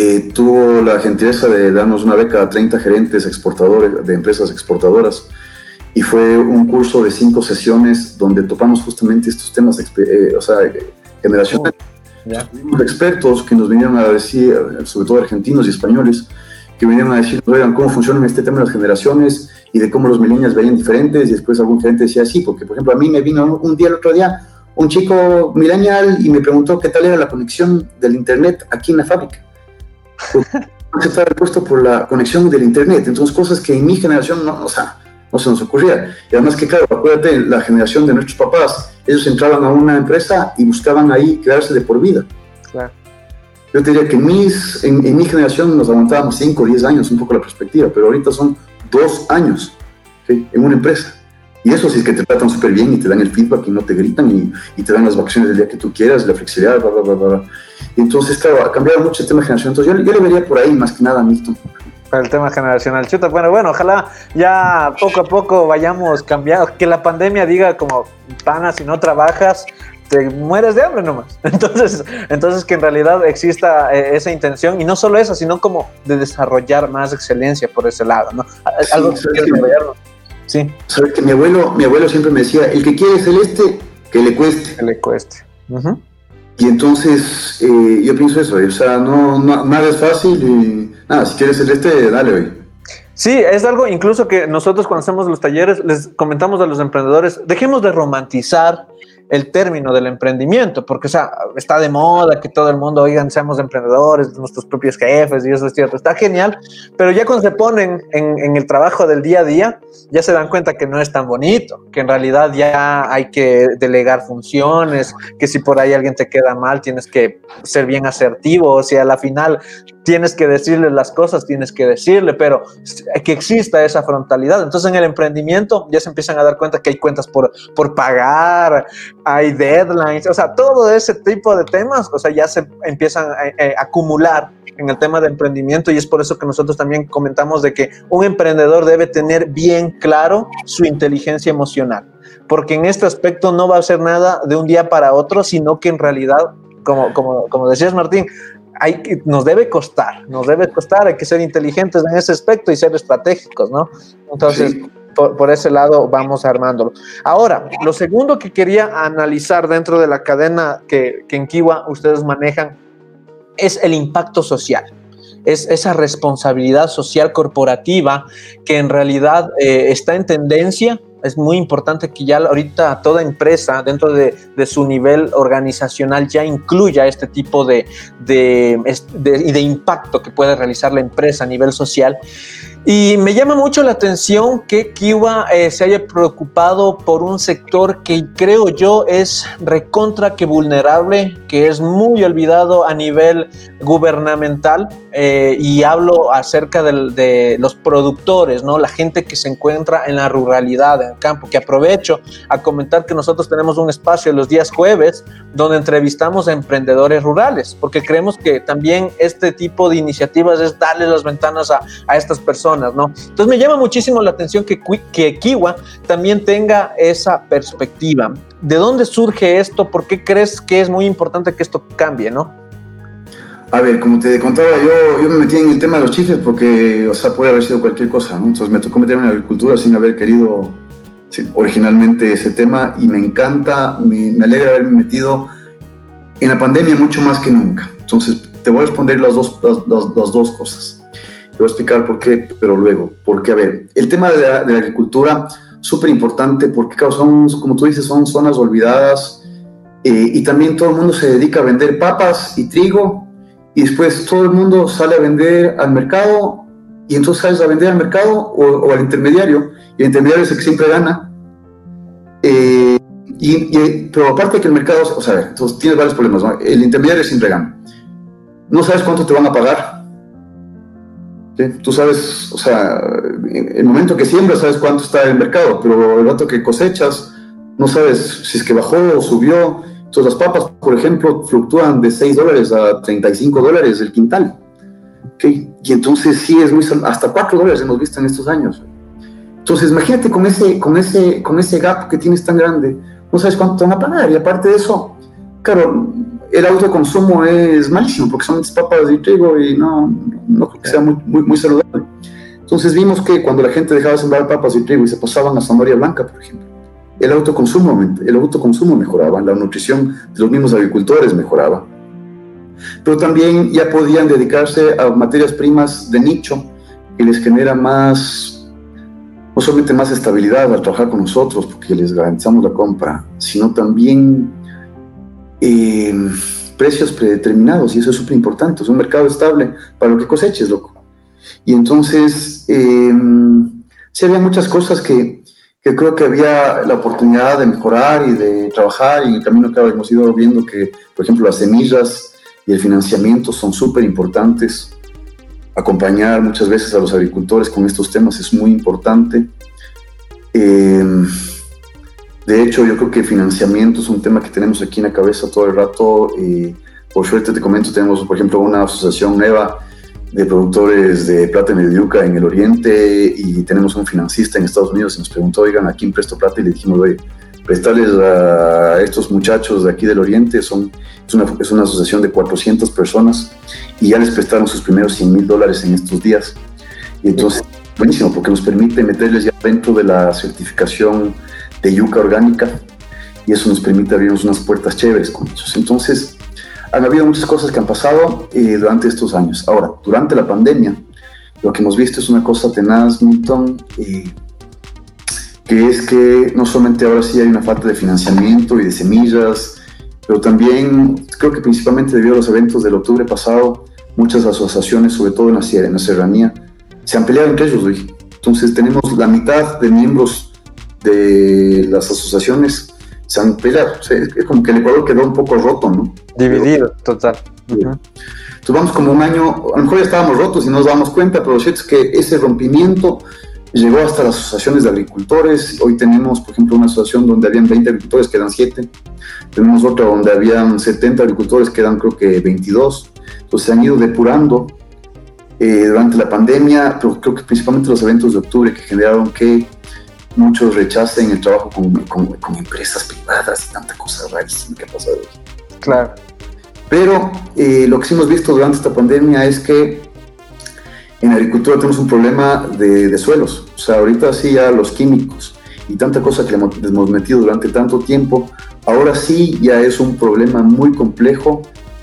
tuvo la gentileza de darnos una beca a 30 gerentes exportadores de empresas exportadoras, y fue un curso de 5 sesiones donde topamos justamente estos temas generacionales. Tuvimos expertos que nos vinieron a decir, sobre todo argentinos y españoles, que vinieron a decir, oigan, cómo funcionan este tema de las generaciones y de cómo los millennials veían diferentes. Y después algún gerente decía, sí, porque por ejemplo a mí me vino el otro día un chico millennial y me preguntó qué tal era la conexión del internet aquí en la fábrica. No se estaba puesto por la conexión del internet. Entonces, cosas que en mi generación no se nos ocurría. Y además que, claro, acuérdate, la generación de nuestros papás, ellos entraban a una empresa y buscaban ahí quedarse de por vida. Claro. Yo te diría que en mi generación nos aguantábamos 5 o 10 años, un poco la perspectiva, pero ahorita son 2 años, ¿sí?, en una empresa. Y eso sí es que te tratan súper bien y te dan el feedback y no te gritan y te dan las vacaciones del día que tú quieras, la flexibilidad, bla, bla, bla, bla. Y entonces, claro, ha cambiado mucho el tema generacional. Entonces yo le vería por ahí más que nada, Milton. Para el tema generacional, chuta, bueno, ojalá ya poco a poco vayamos cambiando, que la pandemia diga como, pana, si no trabajas, te mueres de hambre nomás. Entonces que en realidad exista esa intención, y no solo eso, sino como de desarrollar más excelencia por ese lado, ¿no? Algo sí, que quiero desarrollarlo. Sí. Sabes que mi abuelo siempre me decía, el que quiere celeste, que le cueste. Que le cueste. Uh-huh. Y entonces yo pienso eso, o sea, nada es fácil y nada, si quieres celeste, dale, güey. Sí, es algo incluso que nosotros cuando hacemos los talleres les comentamos a los emprendedores, dejemos de romantizar el término del emprendimiento, porque o sea, está de moda que todo el mundo, oigan, seamos emprendedores, nuestros propios jefes, y eso es cierto, está genial, pero ya cuando se ponen en el trabajo del día a día, ya se dan cuenta que no es tan bonito, que en realidad ya hay que delegar funciones, que si por ahí alguien te queda mal, tienes que ser bien asertivo, o sea, a la final tienes que decirle las cosas, tienes que decirle, pero que exista esa frontalidad. Entonces en el emprendimiento ya se empiezan a dar cuenta que hay cuentas por pagar, hay deadlines, o sea, todo ese tipo de temas, o sea, ya se empiezan a acumular en el tema de emprendimiento, y es por eso que nosotros también comentamos de que un emprendedor debe tener bien claro su inteligencia emocional, porque en este aspecto no va a ser nada de un día para otro, sino que en realidad, como decías, Martín, nos debe costar, hay que ser inteligentes en ese aspecto y ser estratégicos, ¿no? Entonces, sí. Por ese lado vamos armándolo. Ahora, lo segundo que quería analizar dentro de la cadena que en Kiwa ustedes manejan es el impacto social. Es esa responsabilidad social corporativa que en realidad está en tendencia. Es muy importante que ya ahorita toda empresa dentro de su nivel organizacional ya incluya este tipo de impacto que puede realizar la empresa a nivel social. Y me llama mucho la atención que Kiwa se haya preocupado por un sector que creo yo es recontra que vulnerable, que es muy olvidado a nivel gubernamental, y hablo acerca de los productores, ¿no? La gente que se encuentra en la ruralidad, en el campo, que aprovecho a comentar que nosotros tenemos un espacio los días jueves donde entrevistamos a emprendedores rurales, porque creemos que también este tipo de iniciativas es darle las ventanas a estas personas, ¿no? Entonces me llama muchísimo la atención que Kiwa también tenga esa perspectiva. ¿De dónde surge esto? ¿Por qué crees que es muy importante que esto cambie, no? A ver, como te contaba, yo me metí en el tema de los chifles porque, o sea, puede haber sido cualquier cosa, ¿no? Entonces me tocó meterme en la agricultura sin haber querido originalmente ese tema y me encanta, me alegra haberme metido en la pandemia mucho más que nunca. Entonces te voy a responder las dos cosas. Te voy a explicar por qué, pero luego. Porque, a ver, el tema de la agricultura, súper importante porque, claro, como tú dices, son zonas olvidadas y también todo el mundo se dedica a vender papas y trigo y después todo el mundo sale a vender al mercado y entonces sales a vender al mercado o al intermediario y el intermediario es el que siempre gana. Pero aparte de que el mercado, o sea, entonces tienes varios problemas, ¿no? El intermediario siempre gana. No sabes cuánto te van a pagar. ¿Sí? Tú sabes, o sea, el momento que siembras sabes cuánto está el mercado, pero el rato que cosechas no sabes si es que bajó o subió. Entonces las papas, por ejemplo, fluctúan de $6 a $35 el quintal. ¿Okay? Y entonces sí, hasta $4 hemos visto en estos años. Entonces imagínate con ese gap que tienes tan grande, no sabes cuánto te van a pagar. Y aparte de eso, claro, el autoconsumo es malísimo porque son papas y trigo y no creo que sea muy saludable. Entonces vimos que cuando la gente dejaba de sembrar papas y trigo y se pasaban a zanahoria blanca, por ejemplo, el autoconsumo mejoraba, la nutrición de los mismos agricultores mejoraba. Pero también ya podían dedicarse a materias primas de nicho que les genera no solamente más estabilidad al trabajar con nosotros, porque les garantizamos la compra, sino también precios predeterminados, y eso es súper importante. Es un mercado estable para lo que coseches, loco. Y entonces, sí había muchas cosas que creo que había la oportunidad de mejorar y de trabajar, y en el camino que hemos ido viendo que, por ejemplo, las semillas y el financiamiento son súper importantes. Acompañar muchas veces a los agricultores con estos temas es muy importante. De hecho, yo creo que financiamiento es un tema que tenemos aquí en la cabeza todo el rato. Por suerte, te comento, tenemos, por ejemplo, una asociación nueva de productores de plátano y de yuca en el Oriente, y tenemos un financista en Estados Unidos y nos preguntó, oigan, ¿a quién presto plata? Y le dijimos, oye, prestarles a estos muchachos de aquí del Oriente, es una asociación de 400 personas y ya les prestaron sus primeros $100,000 en estos días. Y entonces, buenísimo, porque nos permite meterles ya dentro de la certificación de yuca orgánica y eso nos permite abrirnos unas puertas chéveres con ellos. Entonces, han habido muchas cosas que han pasado durante estos años. Ahora, durante la pandemia, lo que hemos visto es una cosa tenaz, Milton, que es que no solamente ahora sí hay una falta de financiamiento y de semillas, pero también creo que principalmente debido a los eventos del octubre pasado, muchas asociaciones, sobre todo en la serranía, se han peleado entre ellos hoy. Entonces tenemos la mitad de miembros de las asociaciones se han peleado. O sea, es como que el Ecuador quedó un poco roto, ¿no? Dividido, total. Entonces vamos como un año, a lo mejor ya estábamos rotos y no nos damos cuenta, pero lo cierto es que ese rompimiento llegó hasta las asociaciones de agricultores. Hoy tenemos, por ejemplo, una asociación donde habían 20 agricultores, quedan 7. Tenemos otra donde habían 70 agricultores, quedan creo que 22. Entonces se han ido depurando durante la pandemia, pero creo que principalmente los eventos de octubre que generaron que muchos rechacen el trabajo con empresas privadas y tanta cosa rarísima que ha pasado hoy. Claro. Pero lo que sí hemos visto durante esta pandemia es que en agricultura tenemos un problema de suelos. O sea, ahorita sí ya los químicos y tanta cosa que le hemos metido durante tanto tiempo, ahora sí ya es un problema muy complejo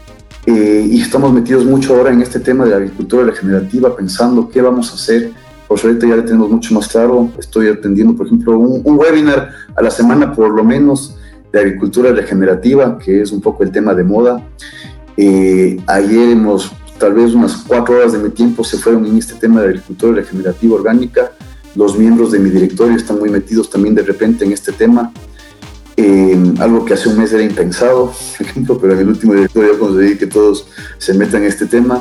y estamos metidos mucho ahora en este tema de la agricultura regenerativa, pensando qué vamos a hacer. Por suerte ya le tenemos mucho más claro. Estoy atendiendo, por ejemplo, un webinar a la semana por lo menos de agricultura regenerativa, que es un poco el tema de moda. Ayer tal vez unas 4 horas de mi tiempo se fueron en este tema de agricultura regenerativa orgánica. Los miembros de mi directorio están muy metidos también de repente en este tema. Algo que hace un mes era impensado, por ejemplo, pero en el último directorio conseguí que todos se metan en este tema.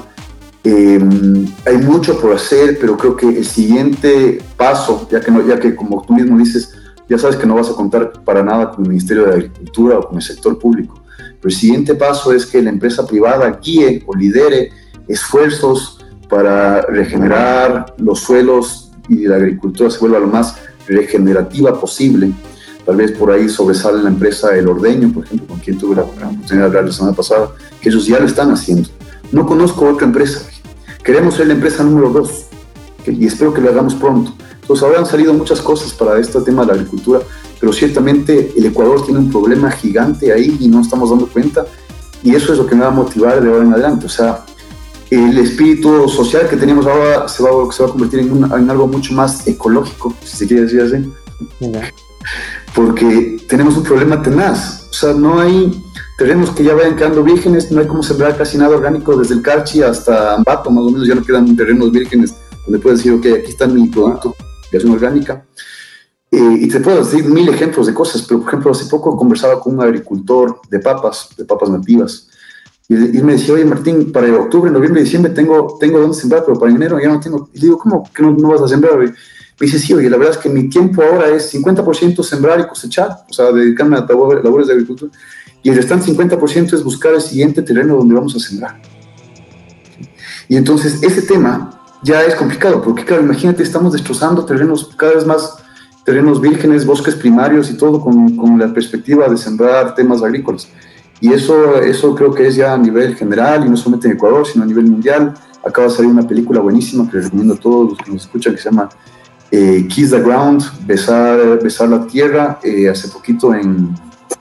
Hay mucho por hacer, pero creo que el siguiente paso, ya que como tú mismo dices, ya sabes que no vas a contar para nada con el Ministerio de Agricultura o con el sector público, pero el siguiente paso es que la empresa privada guíe o lidere esfuerzos para regenerar los suelos y la agricultura se vuelva lo más regenerativa posible. Tal vez por ahí sobresale la empresa El Ordeño, por ejemplo, con quien tuve la oportunidad de hablar la semana pasada, que ellos ya lo están haciendo. No conozco otra empresa. Queremos ser la empresa número 2 y espero que lo hagamos pronto. Entonces ahora han salido muchas cosas para este tema de la agricultura, pero ciertamente el Ecuador tiene un problema gigante ahí y no estamos dando cuenta, y eso es lo que me va a motivar de ahora en adelante. O sea, el espíritu social que tenemos ahora se va a convertir en algo mucho más ecológico, si se quiere decir así. Yeah. Porque tenemos un problema tenaz. O sea, no hay terrenos que ya vayan quedando vírgenes, no hay como sembrar casi nada orgánico desde el Carchi hasta Ambato, más o menos ya no quedan terrenos vírgenes donde puedes decir, ok, aquí está mi producto de acción orgánica. Y te puedo decir 1000 ejemplos de cosas, pero por ejemplo, hace poco conversaba con un agricultor de papas nativas, y él me decía, oye Martín, para octubre, noviembre, diciembre tengo dónde sembrar, pero para enero ya no tengo. Y le digo, ¿cómo que no vas a sembrar? Me dice, sí, oye, la verdad es que mi tiempo ahora es 50% sembrar y cosechar, o sea, dedicarme a labores de agricultura, y el restante 50% es buscar el siguiente terreno donde vamos a sembrar. Y entonces ese tema ya es complicado, porque claro, imagínate, estamos destrozando terrenos cada vez más, terrenos vírgenes, bosques primarios y todo con la perspectiva de sembrar temas agrícolas. Y eso creo que es ya a nivel general, y no solamente en Ecuador, sino a nivel mundial. Acaba de salir una película buenísima que les recomiendo a todos los que nos escuchan, que se llama Kiss the Ground, besar la tierra, hace poquito en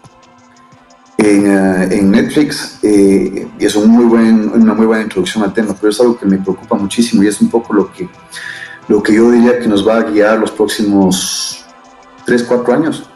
Netflix, y es una muy buena introducción al tema, pero es algo que me preocupa muchísimo y es un poco lo que yo diría que nos va a guiar los próximos 3-4 años.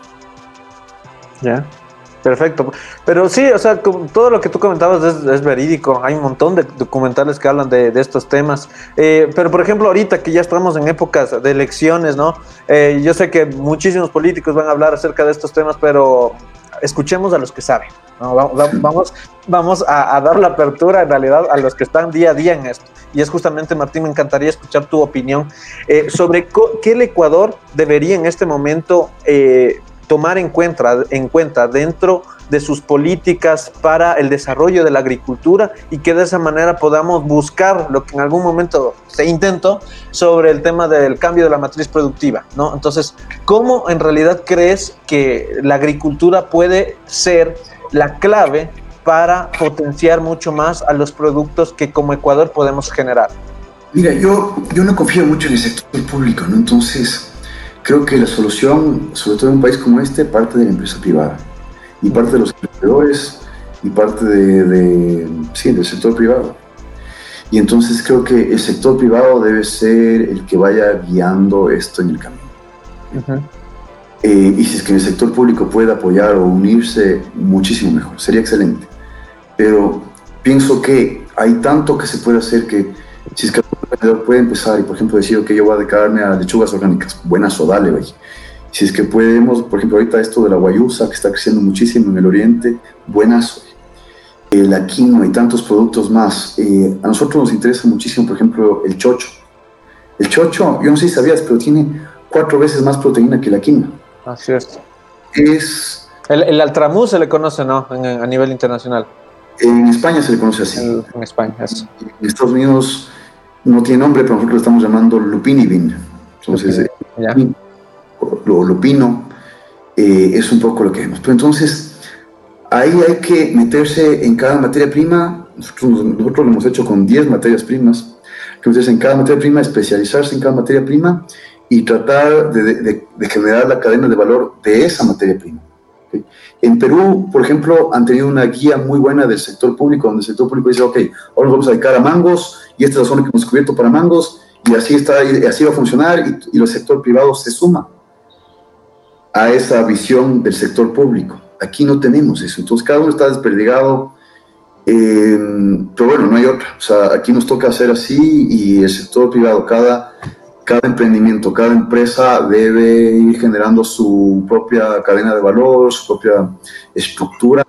Ya, perfecto. Pero sí, o sea, todo lo que tú comentabas es verídico. Hay un montón de documentales que hablan de estos temas. Pero, por ejemplo, ahorita que ya estamos en épocas de elecciones, ¿no? Yo sé que muchísimos políticos van a hablar acerca de estos temas, pero escuchemos a los que saben, ¿no? Vamos a dar la apertura en realidad a los que están día a día en esto. Y es justamente, Martín, me encantaría escuchar tu opinión sobre qué el Ecuador debería en este momento tomar en cuenta dentro de sus políticas para el desarrollo de la agricultura, y que de esa manera podamos buscar lo que en algún momento se intentó sobre el tema del cambio de la matriz productiva, ¿no? Entonces, ¿cómo en realidad crees que la agricultura puede ser la clave para potenciar mucho más a los productos que como Ecuador podemos generar? Mira, yo no confío mucho en el sector público, ¿no? Entonces, creo que la solución, sobre todo en un país como este, parte de la empresa privada, y parte de los emprendedores, y parte del sector privado. Y entonces creo que el sector privado debe ser el que vaya guiando esto en el camino. Uh-huh. Y si es que el sector público puede apoyar o unirse, muchísimo mejor, sería excelente. Pero pienso que hay tanto que se puede hacer que si es que el emprendedor puede empezar y, por ejemplo, decir, ok, yo voy a dedicarme a lechugas orgánicas, buenas o dale, güey. Si es que podemos, por ejemplo, ahorita esto de la guayusa, que está creciendo muchísimo en el oriente, buenas, la quinoa y tantos productos más. A nosotros nos interesa muchísimo, por ejemplo, el chocho. El chocho, yo no sé si sabías, pero tiene 4 veces más proteína que la quinoa. Así es. El altramuz se le conoce, ¿no? A nivel internacional. En España se le conoce así. En España, eso. En Estados Unidos no tiene nombre, pero nosotros lo estamos llamando lupini bean. Entonces, lo lupino es un poco lo que vemos. Pero entonces, ahí hay que meterse en cada materia prima. Nosotros lo hemos hecho con 10 materias primas. Entonces, en cada materia prima, especializarse en cada materia prima y tratar de generar la cadena de valor de esa materia prima. ¿Okay? En Perú, por ejemplo, han tenido una guía muy buena del sector público, donde el sector público dice, ok, ahora nos vamos a dedicar a mangos, y esta es la zona que hemos cubierto para mangos, y así va a funcionar, y el sector privado se suma a esa visión del sector público. Aquí no tenemos eso, entonces cada uno está desperdigado, pero bueno, no hay otra. O sea, aquí nos toca hacer así, y el sector privado, cada emprendimiento, cada empresa debe ir generando su propia cadena de valor, su propia estructura,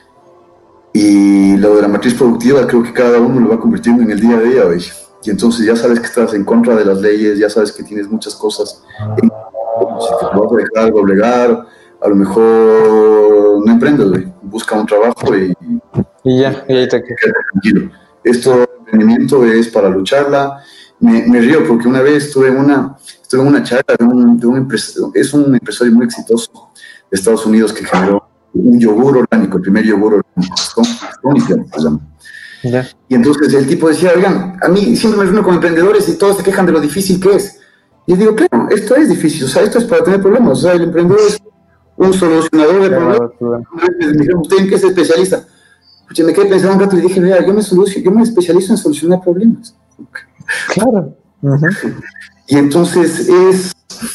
y lo de la matriz productiva creo que cada uno lo va convirtiendo en el día a día, ¿ve? Y entonces ya sabes que estás en contra de las leyes, ya sabes que tienes muchas cosas, si te vas a dejar algo obligar, a lo mejor no emprendes, ¿ve? Busca un trabajo y ahí te quedas tranquilo. Esto emprendimiento es para lucharla. Me río porque una vez estuve en una charla de un empresario muy exitoso de Estados Unidos que generó un yogur orgánico, el primer yogur orgánico, se llama. Yeah. Y entonces el tipo decía, oigan, a mí siempre me reúno con emprendedores y todos se quejan de lo difícil que es. Y yo digo, claro, esto es difícil, o sea, esto es para tener problemas, o sea, el emprendedor es un solucionador de problemas. Me dijeron, ¿usted en qué es especialista? Escuché, me quedé pensando un rato y dije, vea, yo me especializo en solucionar problemas. Claro. Y entonces es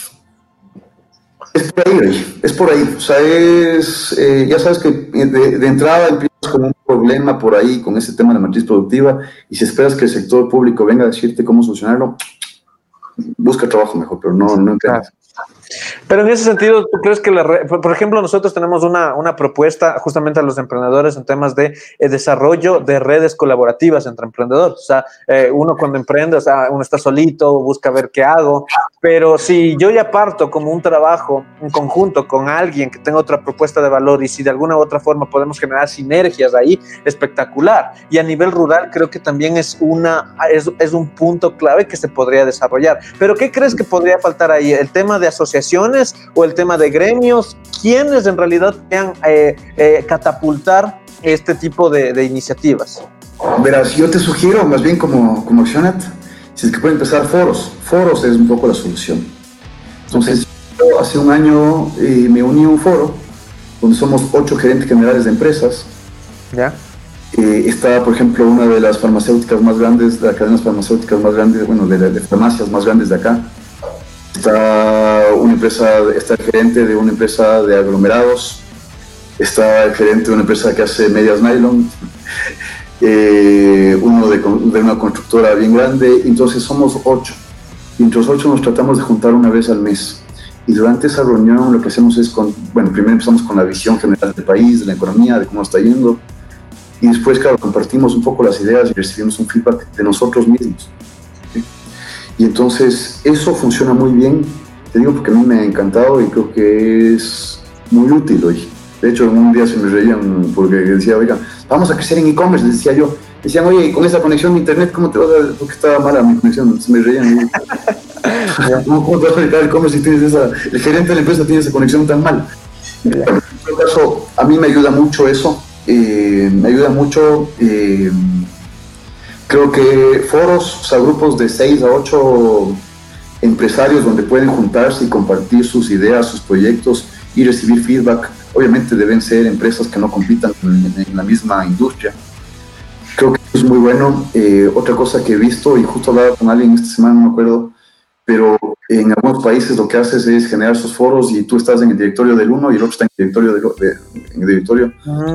por ahí, oye, es por ahí. O sea, ya sabes que de entrada empiezas con un problema por ahí, con ese tema de la matriz productiva, y si esperas que el sector público venga a decirte cómo solucionarlo, busca trabajo mejor, pero no emprendas. Pero en ese sentido, ¿tú crees que por ejemplo, nosotros tenemos una propuesta justamente a los emprendedores en temas de desarrollo de redes colaborativas entre emprendedores? O sea, uno cuando emprende, o sea, uno está solito, busca ver qué hago, pero si yo ya parto como un trabajo en conjunto con alguien que tenga otra propuesta de valor y si de alguna u otra forma podemos generar sinergias ahí, espectacular. Y a nivel rural creo que también es un punto clave que se podría desarrollar. Pero ¿qué crees que podría faltar ahí? ¿El tema de asociaciones o el tema de gremios? ¿Quiénes en realidad puedan catapultar este tipo de iniciativas? Verás, yo te sugiero, más bien como Accionat, si es que pueden empezar foros es un poco la solución. Entonces, yo hace un año me uní a un foro donde somos 8 gerentes generales de empresas. ¿Ya? Está, por ejemplo, una de las farmacéuticas más grandes, de las cadenas farmacéuticas más grandes, bueno, de farmacias más grandes de acá. Está el gerente de una empresa de aglomerados, está el gerente de una empresa que hace medias nylon, uno de una constructora bien grande. Entonces somos 8, y entre los 8 nos tratamos de juntar una vez al mes, y durante esa reunión lo que hacemos es, primero empezamos con la visión general del país, de la economía, de cómo está yendo, y después, claro, compartimos un poco las ideas y recibimos un feedback de nosotros mismos. Y entonces eso funciona muy bien, te digo porque a mí me ha encantado y creo que es muy útil hoy. De hecho, un día se me reían porque decía, oiga, vamos a crecer en e-commerce, les decía yo. Decían, oye, con esa conexión a internet, ¿cómo te vas a...? Porque estaba mala mi conexión, se me reían. ¿Cómo te vas a dedicar al e-commerce si tienes el gerente de la empresa tiene esa conexión tan mal? En todo caso, a mí me ayuda mucho eso, me ayuda mucho... creo que foros, o sea, grupos de 6 a 8 empresarios donde pueden juntarse y compartir sus ideas, sus proyectos y recibir feedback. Obviamente deben ser empresas que no compitan en la misma industria. Creo que es muy bueno. Otra cosa que he visto, y justo hablaba con alguien esta semana, no me acuerdo, pero en algunos países lo que haces es generar esos foros y tú estás en el directorio del uno y el otro está en el directorio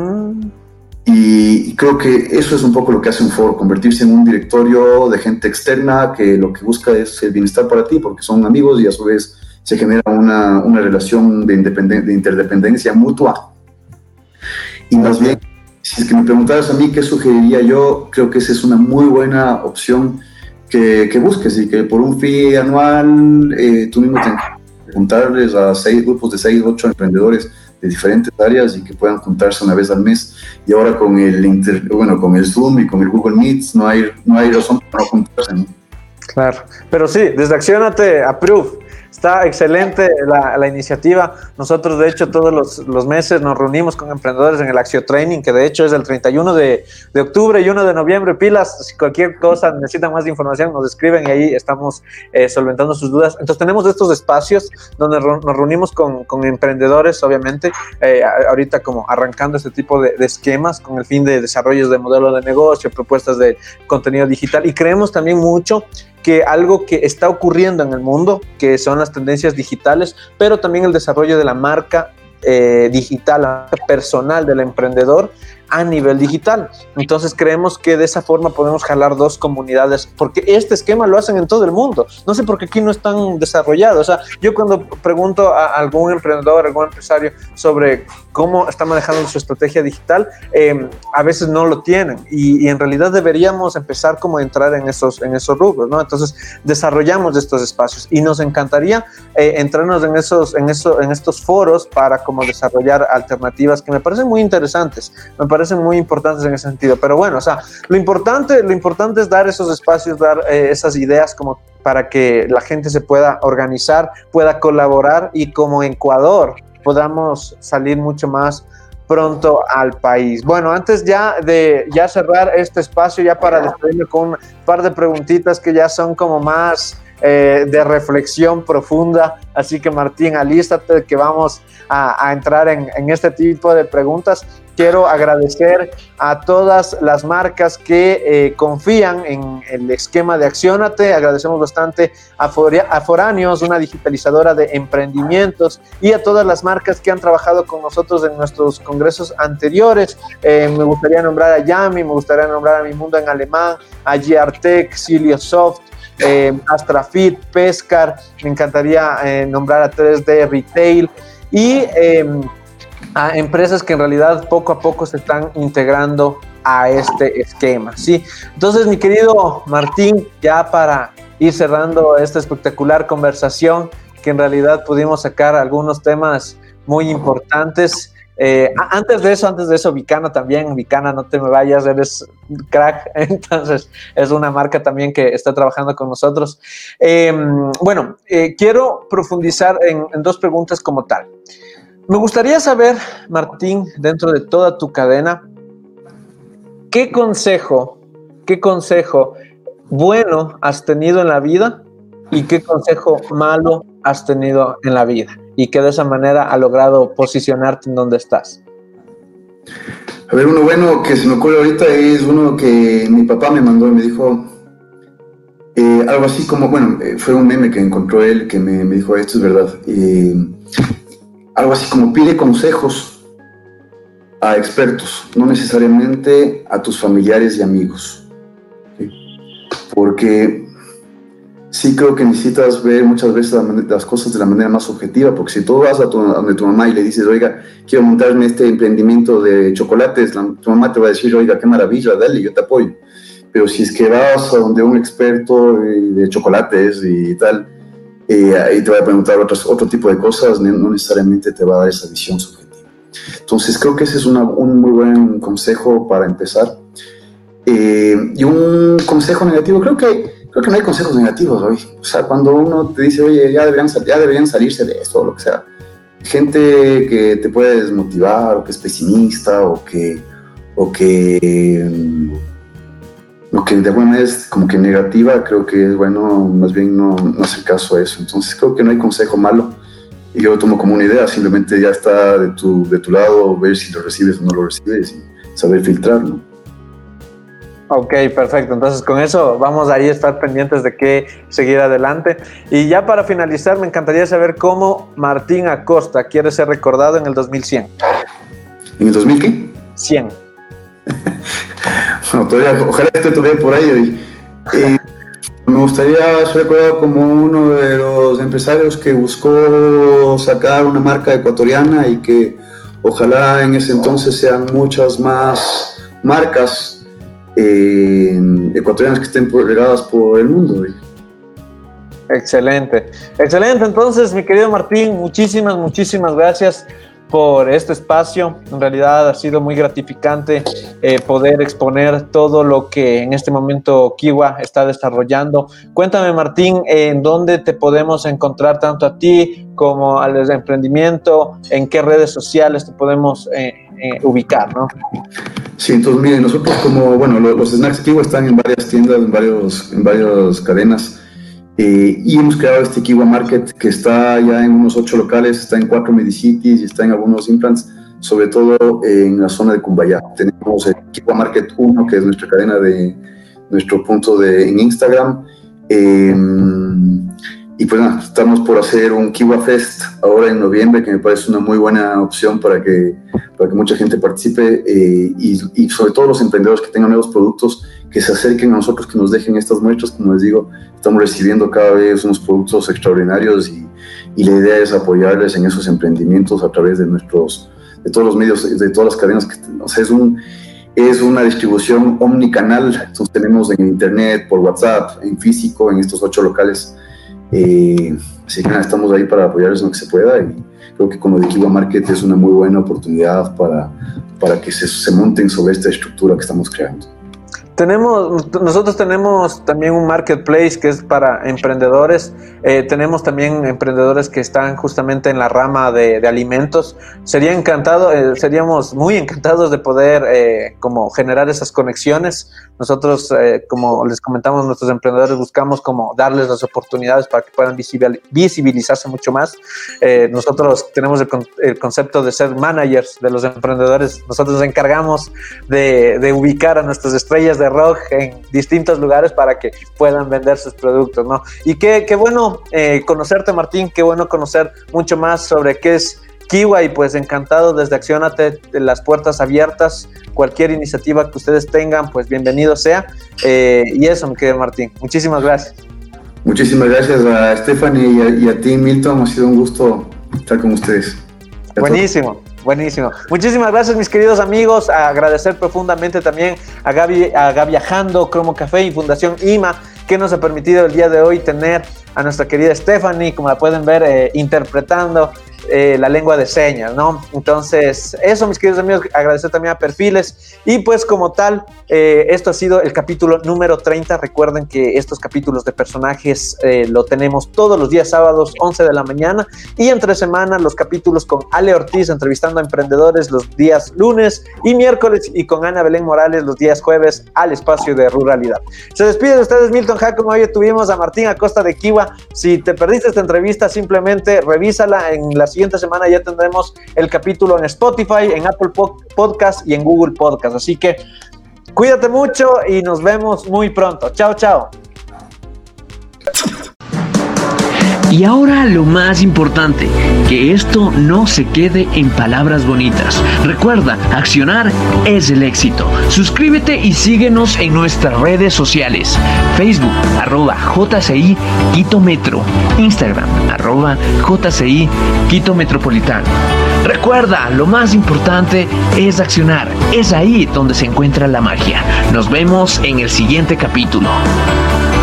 Y creo que eso es un poco lo que hace un foro, convertirse en un directorio de gente externa que lo que busca es el bienestar para ti, porque son amigos y a su vez se genera una relación de interdependencia mutua. Y más bien, si es que me preguntaras a mí qué sugeriría yo, creo que esa es una muy buena opción que busques, y que por un fee anual tú mismo te juntarles a 6 grupos de 6 o 8 emprendedores de diferentes áreas y que puedan juntarse una vez al mes. Y ahora con con el Zoom y con el Google Meet no hay razón para no juntarse, ¿no? Claro, pero sí, desde Accionate, approve. Está excelente la iniciativa. Nosotros, de hecho, todos los meses nos reunimos con emprendedores en el Axio Training, que de hecho es el 31 de octubre y 1 de noviembre. Pilas, si cualquier cosa necesitan más información, nos escriben y ahí estamos solventando sus dudas. Entonces tenemos estos espacios donde nos reunimos con emprendedores, obviamente, ahorita como arrancando este tipo de esquemas con el fin de desarrollos de modelo de negocio, propuestas de contenido digital, y creemos también mucho que algo que está ocurriendo en el mundo, que son las tendencias digitales, pero también el desarrollo de la marca digital, la marca personal del emprendedor a nivel digital. Entonces creemos que de esa forma podemos jalar dos comunidades, porque este esquema lo hacen en todo el mundo. No sé por qué aquí no es tan desarrollado. O sea, yo cuando pregunto a algún emprendedor, algún empresario sobre cómo está manejando su estrategia digital, a veces no lo tienen, y en realidad deberíamos empezar como a entrar en esos rubros, ¿no? Entonces desarrollamos estos espacios y nos encantaría entrarnos en estos foros para como desarrollar alternativas que me parecen muy interesantes, me parecen muy importantes en ese sentido. Pero bueno, o sea, lo importante es dar esos espacios, dar esas ideas como para que la gente se pueda organizar, pueda colaborar, y como Ecuador podamos salir mucho más pronto al país. Bueno, antes de cerrar este espacio, ya para despedirme con un par de preguntitas que ya son como más de reflexión profunda, así que Martín, alístate que vamos a entrar en este tipo de preguntas. Quiero agradecer a todas las marcas que confían en el esquema de Acciónate. Agradecemos bastante a Foráneos, una digitalizadora de emprendimientos, y a todas las marcas que han trabajado con nosotros en nuestros congresos anteriores. Me gustaría nombrar a Yami, me gustaría nombrar a Mi Mundo en Alemán, a GRTech, Ciliosoft, Astrafit, Pescar. Me encantaría nombrar a 3D Retail y a empresas que en realidad poco a poco se están integrando a este esquema, ¿sí? Entonces, mi querido Martín, ya para ir cerrando esta espectacular conversación, que en realidad pudimos sacar algunos temas muy importantes. Antes de eso, Vicana también. Vicana, no te me vayas, eres crack. Entonces, es una marca también que está trabajando con nosotros. Quiero profundizar en dos preguntas como tal. Me gustaría saber, Martín, dentro de toda tu cadena, ¿qué consejo bueno has tenido en la vida y qué consejo malo has tenido en la vida? Y que de esa manera ha logrado posicionarte en donde estás. A ver, uno bueno que se me ocurre ahorita es uno que mi papá me mandó y me dijo algo así como, fue un meme que encontró él que me dijo, esto es verdad. Algo así como pide consejos a expertos, no necesariamente a tus familiares y amigos, ¿sí? Porque sí creo que necesitas ver muchas veces las cosas de la manera más objetiva, porque si tú vas a donde tu mamá y le dices, oiga, quiero montarme este emprendimiento de chocolates, tu mamá te va a decir, oiga, qué maravilla, dale, yo te apoyo. Pero si es que vas a donde un experto de chocolates y tal, ahí te va a preguntar otro tipo de cosas, no necesariamente te va a dar esa visión subjetiva. Entonces creo que ese es un muy buen consejo para empezar. Y un consejo negativo, creo que no hay consejos negativos hoy. O sea, cuando uno te dice, oye, ya deberían salirse de esto, o lo que sea. Gente que te puede desmotivar, o que es pesimista, o que de alguna manera es como que negativa, creo que es bueno más bien no hacer caso a eso. Entonces creo que no hay consejo malo, y yo lo tomo como una idea, simplemente ya está de tu lado, ver si lo recibes o no lo recibes y saber filtrarlo. Ok, perfecto. Entonces con eso vamos ahí a estar pendientes de qué seguir adelante. Y ya para finalizar, me encantaría saber cómo Martín Acosta quiere ser recordado en el 2100. ¿En el 2000 qué? 100. Bueno, todavía, ojalá esté todavía por ahí. Me gustaría ser recordado como uno de los empresarios que buscó sacar una marca ecuatoriana y que ojalá en ese entonces sean muchas más marcas ecuatorianas que estén regadas por el mundo. Excelente. Entonces, mi querido Martín, muchísimas gracias por este espacio. En realidad ha sido muy gratificante poder exponer todo lo que en este momento Kiwa está desarrollando. Cuéntame, Martín, en dónde te podemos encontrar tanto a ti como al emprendimiento, en qué redes sociales te podemos ubicar, ¿no? Sí, entonces miren, nosotros los snacks Kiwa están en varias tiendas, en varias cadenas, y hemos creado este Kiwa Market que está ya en unos 8 locales, está en 4 Medicities y está en algunos implants, sobre todo en la zona de Cumbayá. Tenemos el Kiwa Market 1, que es nuestra cadena nuestro punto en Instagram, y pues nada, estamos por hacer un Kiwa Fest ahora en noviembre, que me parece una muy buena opción para que mucha gente participe, y sobre todo los emprendedores que tengan nuevos productos, que se acerquen a nosotros, que nos dejen estas muestras. Como les digo, estamos recibiendo cada vez unos productos extraordinarios y la idea es apoyarles en esos emprendimientos a través de todos los medios, de todas las cadenas. O sea, es una distribución omnicanal. Entonces tenemos en internet, por WhatsApp, en físico, en estos 8 locales. Así que nada, estamos ahí para apoyarles en lo que se pueda, y creo que con lo de Kiwa Market es una muy buena oportunidad para que se monten sobre esta estructura que estamos creando. Nosotros tenemos también un marketplace que es para emprendedores. Tenemos también emprendedores que están justamente en la rama de alimentos. Seríamos muy encantados de poder como generar esas conexiones. Nosotros, como les comentamos, nuestros emprendedores buscamos como darles las oportunidades para que puedan visibilizarse mucho más. Nosotros tenemos el concepto de ser managers de los emprendedores. Nosotros nos encargamos de ubicar a nuestras estrellas de rock en distintos lugares para que puedan vender sus productos, ¿no? Y qué bueno conocerte, Martín, qué bueno conocer mucho más sobre qué es Kiwa, y pues encantado desde Accionate, las puertas abiertas, cualquier iniciativa que ustedes tengan, pues bienvenido sea. Y eso, mi querido Martín, muchísimas gracias. Muchísimas gracias a Stephanie y a ti, Milton, ha sido un gusto estar con ustedes. Buenísimo. Muchísimas gracias, mis queridos amigos. Agradecer profundamente también a Gaviajando, Cromo Café y Fundación IMA, que nos ha permitido el día de hoy tener a nuestra querida Stephanie, como la pueden ver, interpretando la lengua de señas, ¿no? Entonces, eso, mis queridos amigos, agradecer también a Perfiles. Y pues como tal, esto ha sido el capítulo número 30. Recuerden que estos capítulos de personajes lo tenemos todos los días sábados, 11 de la mañana, y entre semana los capítulos con Ale Ortiz entrevistando a emprendedores los días lunes y miércoles, y con Ana Belén Morales los días jueves al espacio de ruralidad. Se despide de ustedes Milton Jacobo. Hoy tuvimos a Martín Acosta de Kiwa. Si te perdiste esta entrevista, simplemente revísala. En la siguiente semana ya tendremos el capítulo en Spotify, en Apple Podcast y en Google Podcast. Así que cuídate mucho y nos vemos muy pronto. Chao, chao. Y ahora lo más importante, que esto no se quede en palabras bonitas. Recuerda, accionar es el éxito. Suscríbete y síguenos en nuestras redes sociales. Facebook, @JCI Quito Metro. Instagram, @JCI Quito Metropolitano. Recuerda, lo más importante es accionar. Es ahí donde se encuentra la magia. Nos vemos en el siguiente capítulo.